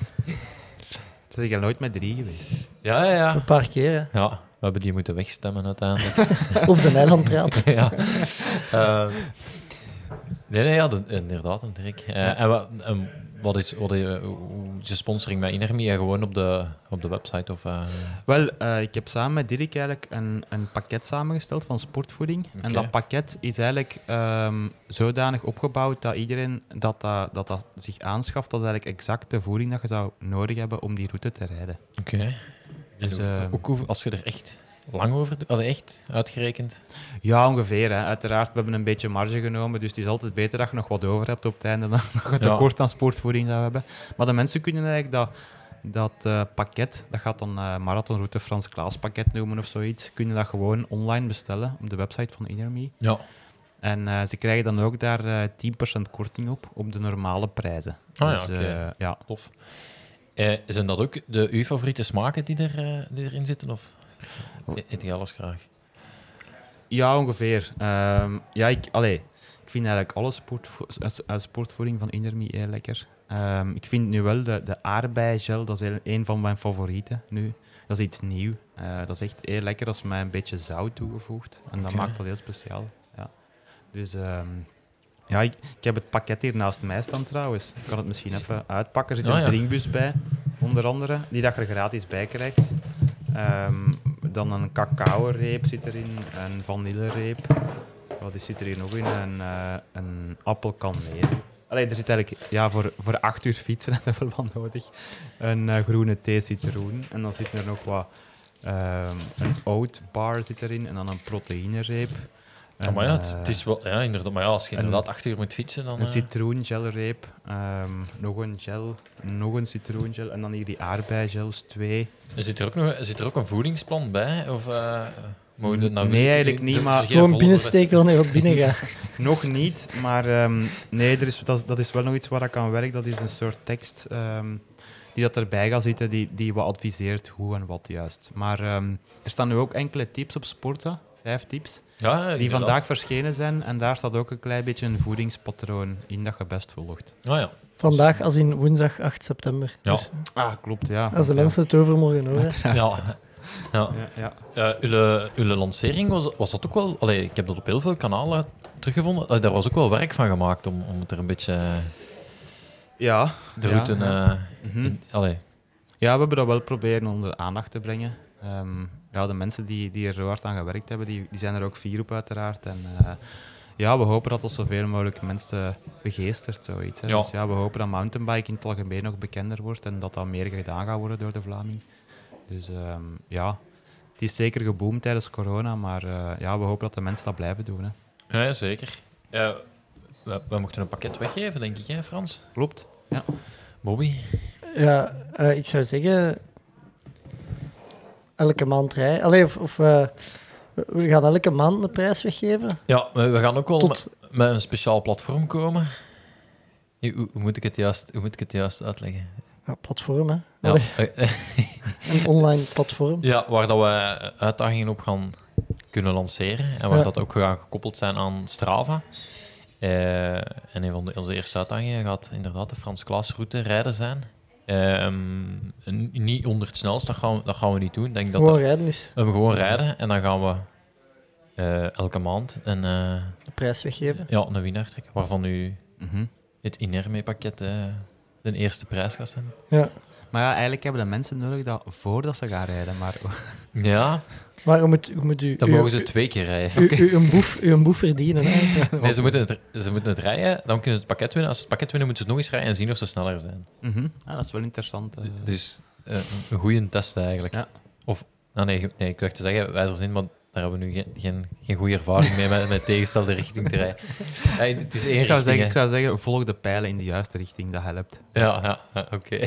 Zijn je nooit met drie geweest? Ja, ja, ja. Een paar keer, hè. Ja, we hebben die moeten wegstemmen uiteindelijk. Op de Nijlandraad. ja. Uh, nee, nee, ja, de, inderdaad, een Dirk. Uh, en wat, um, wat is, wat is, uh, hoe is de sponsoring met InnerMe? Ja, gewoon op de, op de website? Of, uh... Wel, uh, ik heb samen met Dirk eigenlijk een, een pakket samengesteld van sportvoeding. Oké. En dat pakket is eigenlijk um, zodanig opgebouwd dat iedereen dat dat, dat dat zich aanschaft, dat is eigenlijk exact de voeding dat je zou nodig hebben om die route te rijden. Oké. Okay. Dus, Dus, uh, ook hoe- als je er echt lang over doet, allee, echt uitgerekend? Ja, ongeveer. Hè. Uiteraard, we hebben een beetje marge genomen, dus het is altijd beter dat je nog wat over hebt op het einde dan dat je tekort aan sportvoeding zou hebben. Maar de mensen kunnen eigenlijk dat, dat uh, pakket, dat gaat dan uh, Marathonroute Frans Klaas pakket noemen of zoiets, kunnen dat gewoon online bestellen op de website van InnerMe. Ja. En uh, ze krijgen dan ook daar uh, tien procent korting op, op de normale prijzen. Ah, ja, dus, oké. uh, ja. Tof. Uh, zijn dat ook de, uw favoriete smaken die, er, uh, die erin zitten? Of eet je alles graag? Ja, ongeveer. Um, ja, ik, allee, ik vind eigenlijk alle sportvo- uh, sportvoeding van InnerMe heel lekker. Um, ik vind nu wel de, de aardbeigel, dat is heel- een van mijn favorieten nu. Dat is iets nieuw. Uh, dat is echt heel lekker als mij een beetje zout toegevoegd. En dat Oké. maakt dat heel speciaal. Ja. Dus um, ja, ik, ik heb het pakket hier naast mij staan trouwens. Ik kan het misschien even uitpakken. Er zit Ah, een ja. drinkbus bij, onder andere, die dat je er gratis bij krijgt. Ehm, dan een cacao-reep zit erin, een vanillereep. Wat zit er hier nog in? Een, uh, een appelkaneel. Allee, er zit eigenlijk ja, voor, voor acht uur fietsen dat wel wat nodig. Een uh, groene thee citroen. En dan zit er nog wat... Um, een oat bar zit erin en dan een proteïnereep. Ja, maar ja, het, het is wel... Ja, inderdaad. Maar ja, als je inderdaad acht uur moet fietsen, dan... Een uh... citroengelreep, um, nog een gel, nog een citroengel en dan hier die aardbeigels, twee. Zit er ook, nog, zit er ook een voedingsplan bij? Of... Uh... Mogen we nou nee, eigenlijk niet, maar... Gewoon binnensteken wanneer het binnen gaat. Nog niet, maar um, nee, er is, dat, dat is wel nog iets waar ik aan werk. Dat is een soort tekst um, die dat erbij gaat zitten, die, die wat adviseert hoe en wat juist. Maar um, er staan nu ook enkele tips op Sportza, vijf tips, ja, die inderdaad. vandaag verschenen zijn. En daar staat ook een klein beetje een voedingspatroon in dat je best volgt. Oh, ja. Vandaag als in woensdag acht september. Ja. Dus, ah, klopt, ja. als de ja. mensen het overmorgen horen. Ja. Ja. Ja, ja. Uh, uw, uw lancering, was, was dat ook wel... Allee, ik heb dat op heel veel kanalen teruggevonden. Uh, daar was ook wel werk van gemaakt om, om het er een beetje... Ja. De route... Ja, ja. Uh, mm-hmm. in, allee. Ja, we hebben dat wel proberen onder de aandacht te brengen. Um, ja, de mensen die, die er zo hard aan gewerkt hebben, die, die zijn er ook fier op uiteraard. En uh, ja, we hopen dat dat zoveel mogelijk mensen begeestert, zoiets. Hè. Ja. Dus ja, we hopen dat mountainbike in het algemeen nog bekender wordt en dat dat meer gedaan gaat worden door de Vlaming. Dus um, ja, het is zeker geboomd tijdens corona, maar uh, ja, we hopen dat de mensen dat blijven doen. Hè. Ja, zeker. Uh, we, we mochten een pakket weggeven, denk ik, hè, Frans? Klopt, ja. Bobby? Ja, uh, ik zou zeggen... Elke maand rijden. Allee, of... of uh, we gaan elke maand een prijs weggeven. Ja, we gaan ook wel Tot... met, met een speciaal platform komen. Hoe, hoe, moet ik het juist, hoe moet ik het juist uitleggen? Ja, platform, hè. Ja. Een online platform. Ja, waar dat we uitdagingen op gaan kunnen lanceren. En waar ja. dat ook gaan gekoppeld zijn aan Strava. Uh, en een van de, onze eerste uitdagingen gaat inderdaad de Frans Klaas-route rijden zijn. Um, niet onder het snelst, dat gaan we, dat gaan we niet doen. Denk dat gewoon dat, rijden is. We gewoon rijden en dan gaan we uh, elke maand een, uh, de prijs weggeven. Ja, een winnaar trekken, waarvan nu mm-hmm. het Inerme-pakket uh, de eerste prijs gaat zijn. Ja. Maar ja, eigenlijk hebben de mensen nodig dat voordat ze gaan rijden. Maar... Ja. Maar u moet, u moet u... Dan u, mogen ze u, twee keer rijden. U, u, een, boef, u een boef verdienen. Hè? Nee, ze moeten, het, ze moeten het rijden, dan kunnen ze het pakket winnen. Als ze het pakket winnen, moeten ze het nog eens rijden en zien of ze sneller zijn. Mm-hmm. Ja, dat is wel interessant. Uh. Dus uh, een goede test eigenlijk. Ja. Of, nou nee, nee, ik dacht te zeggen, wijzerzin, maar daar hebben we nu geen, geen, geen goede ervaring mee met, met tegenstelde richting te rijden. Ja, het is één ik, zou richting, zeggen, ik zou zeggen, volg de pijlen in de juiste richting, dat helpt. Ja, ja, ja oké. Okay.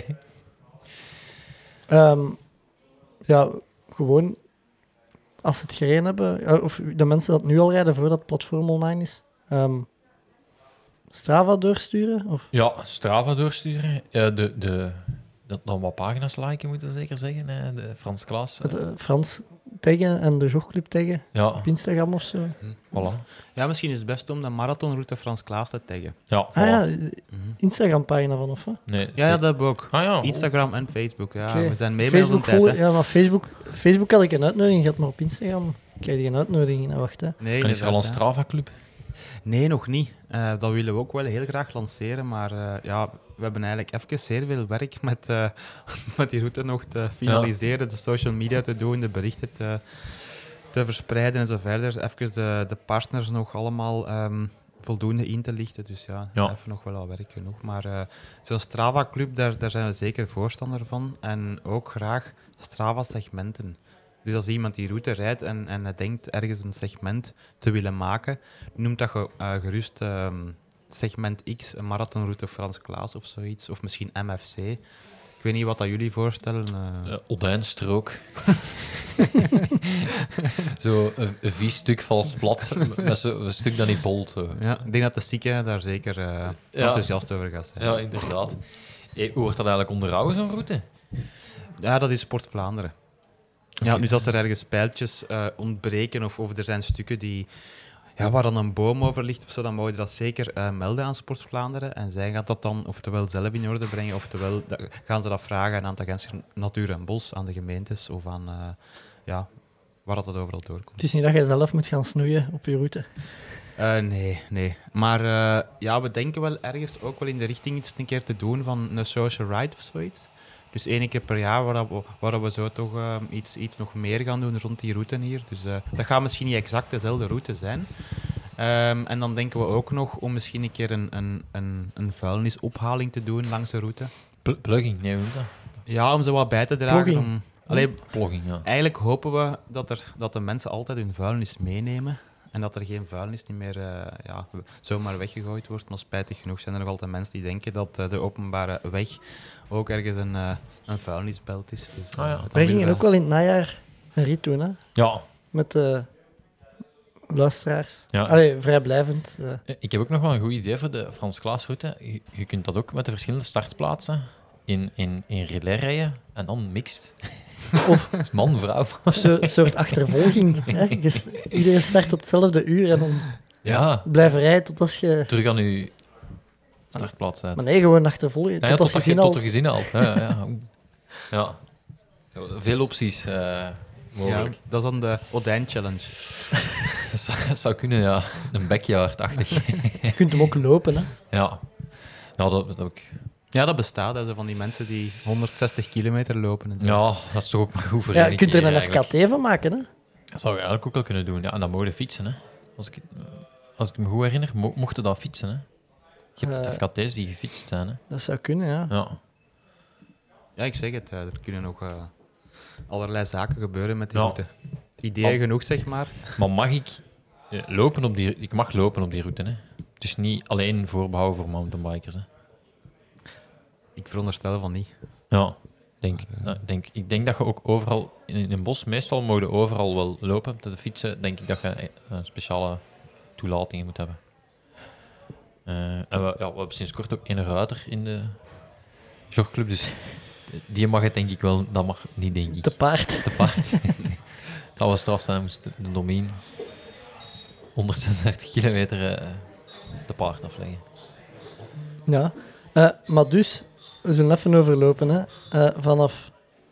Um, ja, gewoon... Als ze het gereden hebben, of de mensen dat nu al rijden voordat het platform online is, um, Strava doorsturen? Of? Ja, Strava doorsturen. Uh, de, de, dat dan wat pagina's liken, moet je zeker zeggen. Hè? De Frans Klaas. Uh. De Frans taggen en de jogclub taggen ja. op Instagram of zo. Hm. Voilà. Ja, misschien is het best om de marathonroute Frans Klaas te taggen. Ja, voilà. Ah ja, Instagram-pagina van, of wat? Nee, ja, ja, dat hebben we ook. Ah, ja. Instagram en Facebook. Ja, okay. We zijn mee Facebook bij onze tijd. Ja, maar Facebook, Facebook had ik een uitnodiging gehad, maar op Instagram krijg je geen uitnodiging. Nou, wacht, hè. Nee, en is er al een Strava-club? Nee, nog niet. Uh, dat willen we ook wel heel graag lanceren, maar uh, ja, we hebben eigenlijk even zeer veel werk met, uh, met die route nog te finaliseren, ja. De social media te doen, de berichten te, te verspreiden en zo verder. Even de, de partners nog allemaal um, voldoende in te lichten, dus ja, ja. even nog wel wat werk genoeg. Maar uh, zo'n Strava-club, daar, daar zijn we zeker voorstander van. En ook graag Strava-segmenten. Dus als iemand die route rijdt en, en hij denkt ergens een segment te willen maken, noemt dat ge, uh, gerust um, segment X, een marathonroute Frans Klaas of zoiets, of misschien M F C. Ik weet niet wat dat jullie voorstellen. Uh... Uh, Odijnstrook. Zo een, een vies stuk vals plat, met zo een stuk dat niet bolt. Zo. Ja, ik denk dat de Sieke daar zeker uh, ja. enthousiast over gaat zijn. Ja, inderdaad. Hey, hoe wordt dat eigenlijk onderhouden, zo'n route? Ja, dat is Sport Vlaanderen. Ja, okay. Dus als er ergens pijltjes uh, ontbreken of, of er zijn stukken die, ja, waar dan een boom over ligt of zo, dan mogen we dat zeker uh, melden aan Sport Vlaanderen. En zij gaat dat dan oftewel zelf in orde brengen, oftewel da- gaan ze dat vragen aan de Agentschap Natuur en Bos, aan de gemeentes of aan, uh, ja, waar dat, dat overal doorkomt. Het is niet dat je zelf moet gaan snoeien op je route. Uh, nee, nee. Maar uh, ja, we denken wel ergens ook wel in de richting iets een keer te doen van een social ride of zoiets. Dus één keer per jaar waar we, waar we zo toch uh, iets, iets nog meer gaan doen rond die route hier. Dus uh, dat gaat misschien niet exact dezelfde route zijn. Um, en dan denken we ook nog om misschien een keer een, een, een, een vuilnisophaling te doen langs de route. Pl- plugging, nee, hoe is dat? Ja, om ze wat bij te dragen. Plugging. Om, allee, Plugging, ja. eigenlijk hopen we dat, er, dat de mensen altijd hun vuilnis meenemen. En dat er geen vuilnis niet meer uh, ja, zomaar weggegooid wordt. Maar spijtig genoeg zijn er nog altijd mensen die denken dat uh, de openbare weg ook ergens een, uh, een vuilnisbelt is. Dus, uh, Ah, ja. dat Wij willen gingen we- ook wel in het najaar een rit doen, hè? Ja, Met de luisteraars. Ja. Allee, vrijblijvend. eh. ik heb ook nog wel een goed idee voor de Frans Klaasroute. Je, je kunt dat ook met de verschillende startplaatsen in, in, in relais rijden en dan mixed. Of, Dat is man, vrouw. of zo'n soort achtervolging. Hè? Je st- Iedereen start op hetzelfde uur en dan Ja, blijven rijden tot als je... terug aan je startplaats uit. Maar nee, gewoon achtervolgen. Ja, Tot ja, als tot je je zin tot had. er gezien haalt. Ja, ja. Oeh. Ja. Ja, veel opties eh, Ja, mogelijk. dat is dan de Odijn Challenge. Dat zou, dat zou kunnen, ja. Een backyard-achtig. Je kunt hem ook lopen, hè. Ja. Nou, dat, dat ook. Ja, dat bestaat. Hè, zo van die mensen die honderdzestig kilometer lopen. En zo. Ja, dat is toch ook maar goed voor Ja, één je kunt er keer, een eigenlijk. F K T van maken, hè. Dat zou je eigenlijk ook wel kunnen doen. Ja, en dan mogen fietsen, hè. Als ik, als ik me goed herinner, mo- mochten dat fietsen, hè. Je hebt Eh. F K T's die gefietst zijn, hè. Dat zou kunnen, ja. Ja. Ja, ik zeg het. uh, er kunnen nog uh, allerlei zaken gebeuren met die Ja. route. Ideeën Oh. genoeg, zeg maar. Maar mag ik eh, lopen op die... Ik mag lopen op die route, hè. Het is niet alleen voorbehouden voor mountainbikers, hè. Ik veronderstel van niet. Ja, denk, nou, denk, ik denk dat je ook overal in een bos, meestal mogen overal wel lopen. Op de fietsen denk ik dat je eh, speciale toelatingen moet hebben. Eh, en we, ja, we hebben sinds kort ook een ruiter in de jogclub, dus die mag het denk ik wel, dat mag niet denk ik. Te paard. Te paard. Het zou wel straf zijn, moest de domein honderdzesendertig kilometer eh, te paard afleggen. Ja. Eh, maar dus, we zullen even overlopen, hè. Eh, vanaf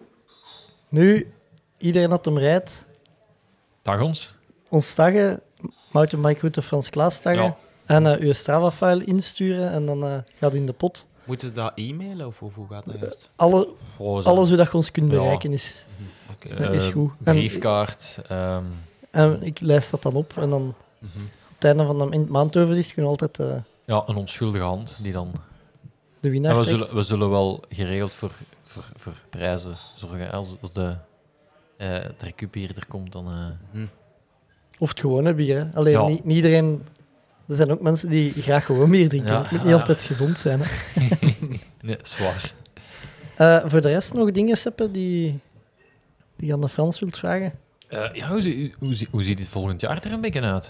nu, iedereen dat hem rijdt, Dag ons. ons taggen, mountainbike route Frans Klaas taggen, Ja. en uh, uw Strava-file insturen en dan uh, gaat in de pot. Moeten ze dat e-mailen of hoe hoe gaat dat juist? Alle, Oh, zo. alles hoe dat je ons kunt Ja. bereiken is, Oké. dat is Eh, goed. En, Briefkaart. ehm, en ik lijst dat dan op en dan Mhm. op het einde van de, in het maandoverzicht kunnen we altijd uh, ja, een onschuldige hand die dan. de winnaar En we trekt. zullen, we zullen wel geregeld voor, voor, voor prijzen zorgen. Als, als de, eh het recup hier er komt, dan. eh, Mhm. Of het gewone bier, hè. Alleen Ja. niet, niet iedereen... Er zijn ook mensen die graag gewoon bier drinken. Ja. Het moet niet altijd gezond zijn, hè. Nee, zwaar. Eh, voor de rest nog dingen, Seppe, die, die je aan de Frans wilt vragen? Eh, ja, hoe, zie- hoe, zie- hoe ziet het volgend jaar er een beetje uit?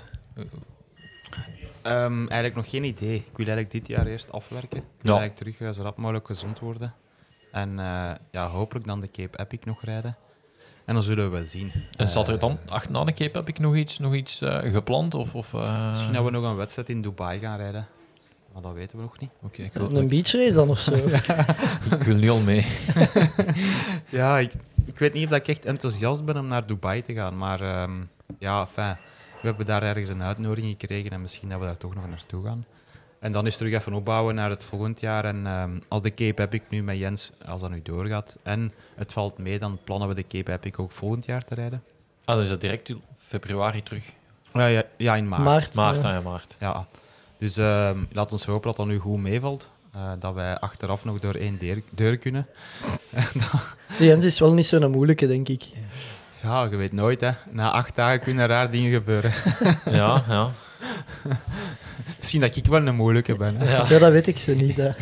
Ehm, eigenlijk nog geen idee. Ik wil eigenlijk dit jaar eerst afwerken. Ik wil Ja. eigenlijk terug uh, zo rap mogelijk gezond worden. En uh, ja, hopelijk dan de Cape Epic nog rijden. En dan zullen we wel zien. En zat er Eh, dan, ach, na de Cape heb ik nog iets, nog iets eh, gepland? Of, of, eh, Misschien dat we nog een wedstrijd in Dubai gaan rijden. Maar dat weten we nog niet. Oké, ik, wil, Een beachrace dan of zo? ik wil nu al mee. Ja, ik, ik weet niet of ik echt enthousiast ben om naar Dubai te gaan. Maar ehm, ja, enfin, we hebben daar ergens een uitnodiging gekregen en misschien dat we daar toch nog naartoe gaan. En dan is terug even opbouwen naar het volgend jaar. En ehm, als de Cape Epic nu met Jens, als dat nu doorgaat en het valt mee, dan plannen we de Cape Epic ook volgend jaar te rijden. Ah, dan is dat direct in februari terug. Ja, ja, ja in maart. Maart. Maart, ja. ah ja, maart. Ja. Dus ehm, laat ons hopen dat dat nu goed meevalt. Eh, dat wij achteraf nog door één deur, deur kunnen. Die Jens is wel niet zo'n moeilijke, denk ik. Ja, je weet nooit, hè. Na acht dagen kunnen raar dingen gebeuren. Ja, ja. Misschien dat ik wel een moeilijke ben. Hè. ja. Ja, dat weet ik zo niet. Hè.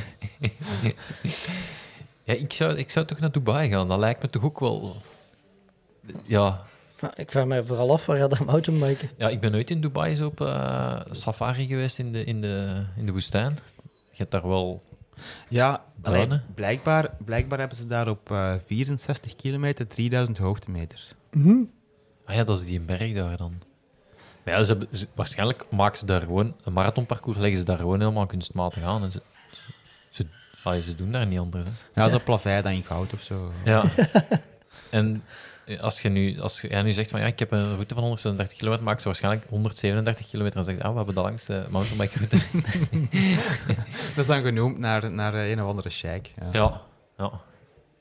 ja ik, zou, ik zou toch naar Dubai gaan. Dat lijkt me toch ook wel... Ja, Maar ik vraag mij vooral af, waar gaat dat mountainbiken? ja ik ben nooit in Dubai zo op eh, safari geweest in de, in, de, in de woestijn. Je hebt daar wel... Ja, allee, Duinen? blijkbaar, blijkbaar hebben ze daar op eh, vierenzestig kilometer drieduizend hoogtemeters. Ah ja, dat is die een berg daar dan. Maar ja, ze hebben, ze- waarschijnlijk maken ze daar gewoon... Een marathonparcours leggen ze daar gewoon helemaal kunstmatig aan. En ze, ze, ah, ze doen daar niet anders. Hè. Ja, zo plavei dat in goud of zo. Ja. En als je nu, als jij nu zegt van ja, ik heb een route van honderdzesendertig kilometer, maak ze waarschijnlijk honderdzevenendertig kilometer en zeg je, ah, we hebben de langste mountainbike route. Dat is dan genoemd naar, naar eh, een of andere sheik. Ja. Ja, ja.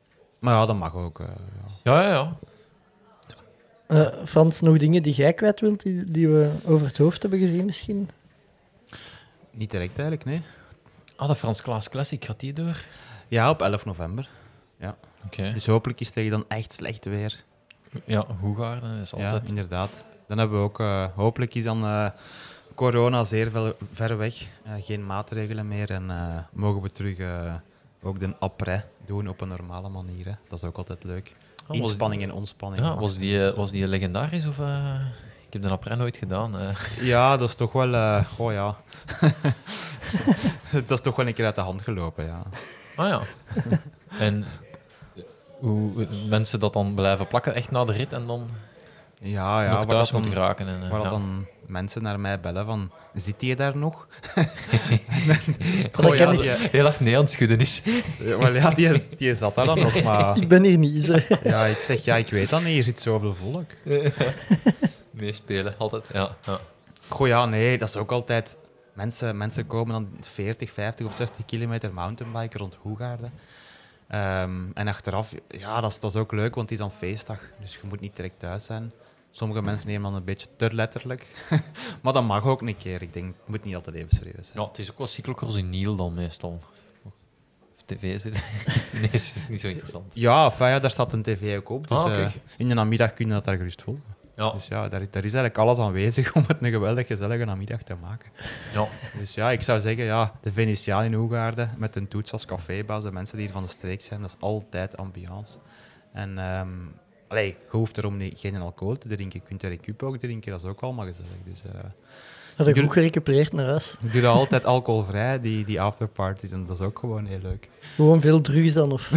Maar ja, dat mag ook. Uh, ja. Ja, ja, ja. Uh, Frans, nog dingen die jij kwijt wilt, die, die we over het hoofd hebben gezien misschien? Niet direct eigenlijk, nee. Ah, de Frans Klaas Classic, gaat die door? Ja, op elf november. Ja. Okay. Dus hopelijk is tegen dan echt slecht weer. Ja, Hoegaarden is altijd... Ja, inderdaad. Dan hebben we ook... Uh, hopelijk is dan uh, corona zeer ver, ver weg. Uh, geen maatregelen meer. En uh, mogen we terug uh, ook de après doen op een normale manier. Hè. Dat is ook altijd leuk. Ah, Inspanning en ontspanning. Ja, was die, was die legendarisch? Of, uh, ik heb de après nooit gedaan. Uh. Ja, dat is toch wel... Uh, goh, ja. Dat is toch wel een keer uit de hand gelopen, ja. Ah ja. En hoe mensen dat dan blijven plakken, echt na de rit en dan ja, ja, nog thuis dan, moeten geraken. En, uh, waar ja. dan mensen naar mij bellen van, zit je daar nog? oh, ja, die, heel erg nee aan het schudden is. Ja, wel, ja, die, die zat daar dan nog, maar... Ik ben hier niet, zo. Ja, ik zeg, ja, ik weet dat niet, hier zit zoveel volk. Meespelen, altijd, ja. ja. Goh, ja, nee, dat is ook altijd... Mensen, mensen komen dan veertig, vijftig of zestig kilometer mountainbiken rond Hoegaarden. Um, en achteraf, ja, dat is, dat is ook leuk, want het is dan feestdag. Dus je moet niet direct thuis zijn. Sommige mensen nemen dan een beetje te letterlijk. Maar dat mag ook een keer. Ik denk, het moet niet altijd even serieus zijn. Ja, het is ook wel cyclocross in Niel dan meestal. Of tv is dit? Nee, het is niet zo interessant. Ja, enfin, ja, daar staat een tv ook op. Dus ah, okay. uh, in de namiddag kun je dat daar gerust volgen. Ja. Dus ja, daar, daar is eigenlijk alles aanwezig om het een geweldig gezellige namiddag te maken. Ja. Dus ja, ik zou zeggen, ja, de Venetiaan in Hoegaarden met een toets als cafébaas, de mensen die hier van de streek zijn, dat is altijd ambiance. En um, allee, je hoeft erom niet, geen alcohol te drinken, je kunt de recup ook drinken, dat is ook allemaal gezellig. Dus, uh, Had ik goed gerecupereerd naar huis. Ik doe dat altijd alcoholvrij, die, die afterparties, en dat is ook gewoon heel leuk. Gewoon veel drugs dan, of?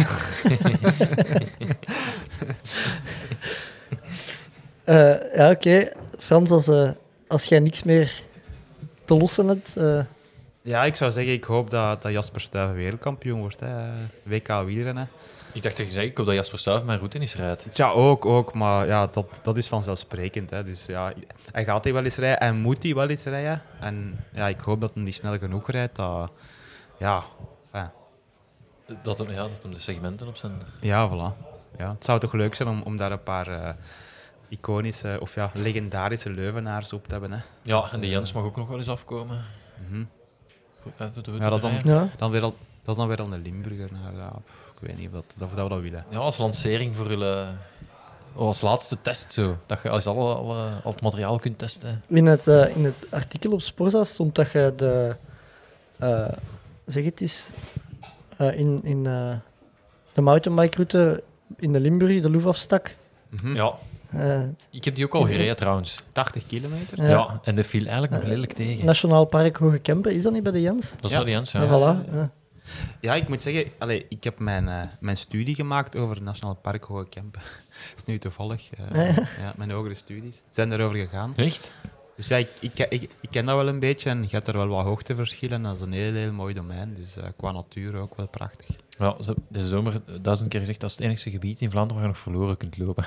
Uh, ja, oké. Okay. Frans, als, uh, als jij niks meer te lossen hebt... Uh... Ja, ik zou zeggen, ik hoop dat, dat Jasper Stuyven wereldkampioen wordt. Hè. W K wielrennen. Ik dacht dat je zei, ik hoop dat Jasper Stuyven mijn route eens rijdt. Ja, ook, ook. Maar ja, dat, dat is vanzelfsprekend. Hè. Dus ja, hij gaat hij wel eens rijden en moet hij wel eens rijden. En ja, ik hoop dat hij niet snel genoeg rijdt. Dat, ja, enfin. Dat hem, ja, dat hem de segmenten op zijn... Ja, voilà. Ja, het zou toch leuk zijn om, om daar een paar... Uh, iconische of ja, legendarische Leuvenaars op te hebben. Hè. Ja, en de Jens mag ook nog wel eens afkomen. Mm-hmm. Ja, dat, is dan, ja. dan weer al, dat is dan weer al een Limburger. Nou, ja, ik weet niet of, dat, of dat we dat willen. Ja, als lancering voor jullie... Als laatste test, zo. Dat je als alle, alle, al het materiaal kunt testen. In het, uh, in het artikel op Sporza stond dat je de... Uh, zeg het eens... Uh, in in uh, de mountainbike-route in de Limburg, de Loefafstak. Mm-hmm. Ja. Uh, ik heb die ook al gereden trouwens. tachtig kilometer? Ja, ja, en dat viel eigenlijk nog lelijk tegen. Nationaal Park Hoge Kempen, is dat niet bij de Jens? Dat is ja. bij de Jens, ja. Ja, voilà, ja. Ja, ik moet zeggen, allez, ik heb mijn, uh, mijn studie gemaakt over het Nationaal Park Hoge Kempen. Dat is nu toevallig. Uh, ja. Ja, mijn hogere studies zijn daarover gegaan. Echt? Dus ja, ik, ik, ik, ik ken dat wel een beetje en je hebt er wel wat hoogteverschillen. Dat is een heel, heel mooi domein, dus uh, qua natuur ook wel prachtig. Ja, deze zomer duizend keer gezegd, dat is het enige gebied in Vlaanderen waar je nog verloren kunt lopen.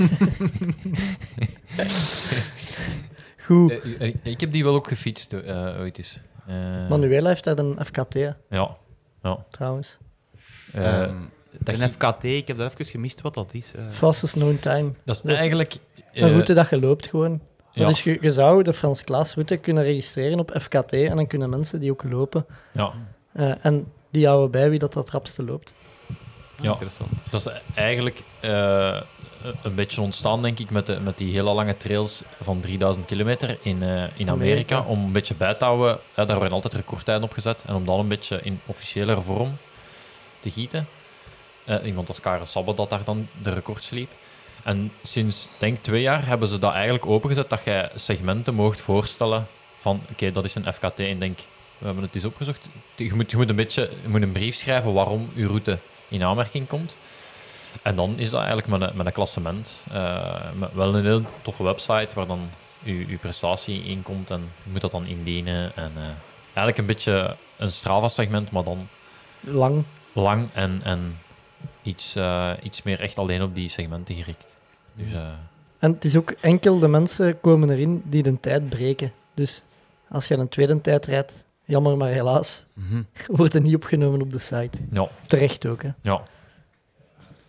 Goed. Uh, ik heb die wel ook gefietst, uh, ooit eens. Uh, Manuela heeft daar een F K T, hè? Ja. ja. Trouwens. Uh, um, een F K T, ik heb daar even gemist wat dat is. Uh. Fastest known time. Dat is dus eigenlijk... Uh, een route dat je loopt, gewoon. Ja. Dus je, je zou de Frans Klaas route kunnen registreren op F K T en dan kunnen mensen die ook lopen. Ja. Uh, en die houden bij wie dat het rapste loopt. Ja, interessant. Dat is eigenlijk uh, een beetje ontstaan, denk ik, met, de, met die hele lange trails van drieduizend kilometer in, uh, in Amerika, Amerika. Om een beetje bij te houden. Hè, daar werden altijd recordtijden opgezet. En om dan een beetje in officiële vorm te gieten. Uh, iemand als Karel Sabbe dat daar dan de records liep. En sinds, denk twee jaar, hebben ze dat eigenlijk opengezet dat jij segmenten moogt voorstellen van, oké, okay, dat is een F K T en denk, we hebben het eens opgezocht. Je moet, je moet een beetje je moet een brief schrijven waarom je route in aanmerking komt. En dan is dat eigenlijk met een, met een klassement. Uh, met wel een heel toffe website waar dan je, je prestatie in komt en je moet dat dan indienen. En, uh, eigenlijk een beetje een Strava-segment, maar dan lang, lang en, en iets, uh, iets meer echt alleen op die segmenten gericht. Dus, uh... En het is ook enkel de mensen komen erin die de tijd breken. Dus als je een tweede tijd rijdt, jammer maar helaas, mm-hmm. wordt er niet opgenomen op de site. Ja. Terecht ook, hè. Ja.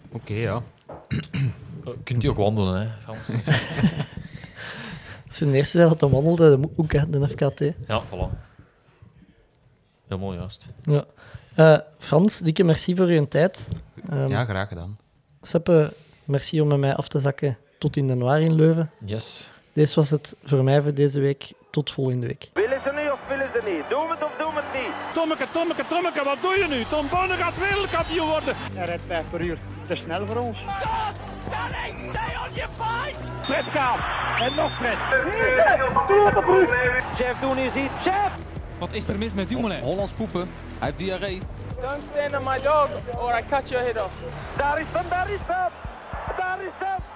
Oké, ja. Kunt u ook wandelen, hè, Frans? Als je de eerste zei dat hij wandelde, de ook hè, de F K T. Ja, voilà. Helemaal juist. Ja. Uh, Frans, dikke merci voor je tijd. Um, Ja, graag gedaan. Seppe, merci om met mij af te zakken tot in januari in Leuven. Yes. Deze was het voor mij voor deze week. Tot volgende week. Willen ze nu of willen ze niet? Doen we het of doen we het niet? Tommeke, Tommeke, Tommeke, wat doe je nu? Tom Bonne gaat wereldkampioen worden. Hij rijdt vijf per uur. Te snel voor ons. Stop! Danny, stay on your fight! Fred gaat. En nog Fred. Jeff doen is iets. Jeff! Wat is er mis met Dumoulin? Hollands poepen. Hij heeft diarree. Don't stand on my dog or I cut your head off. Daar is hem, daar is hem! Daar is hem!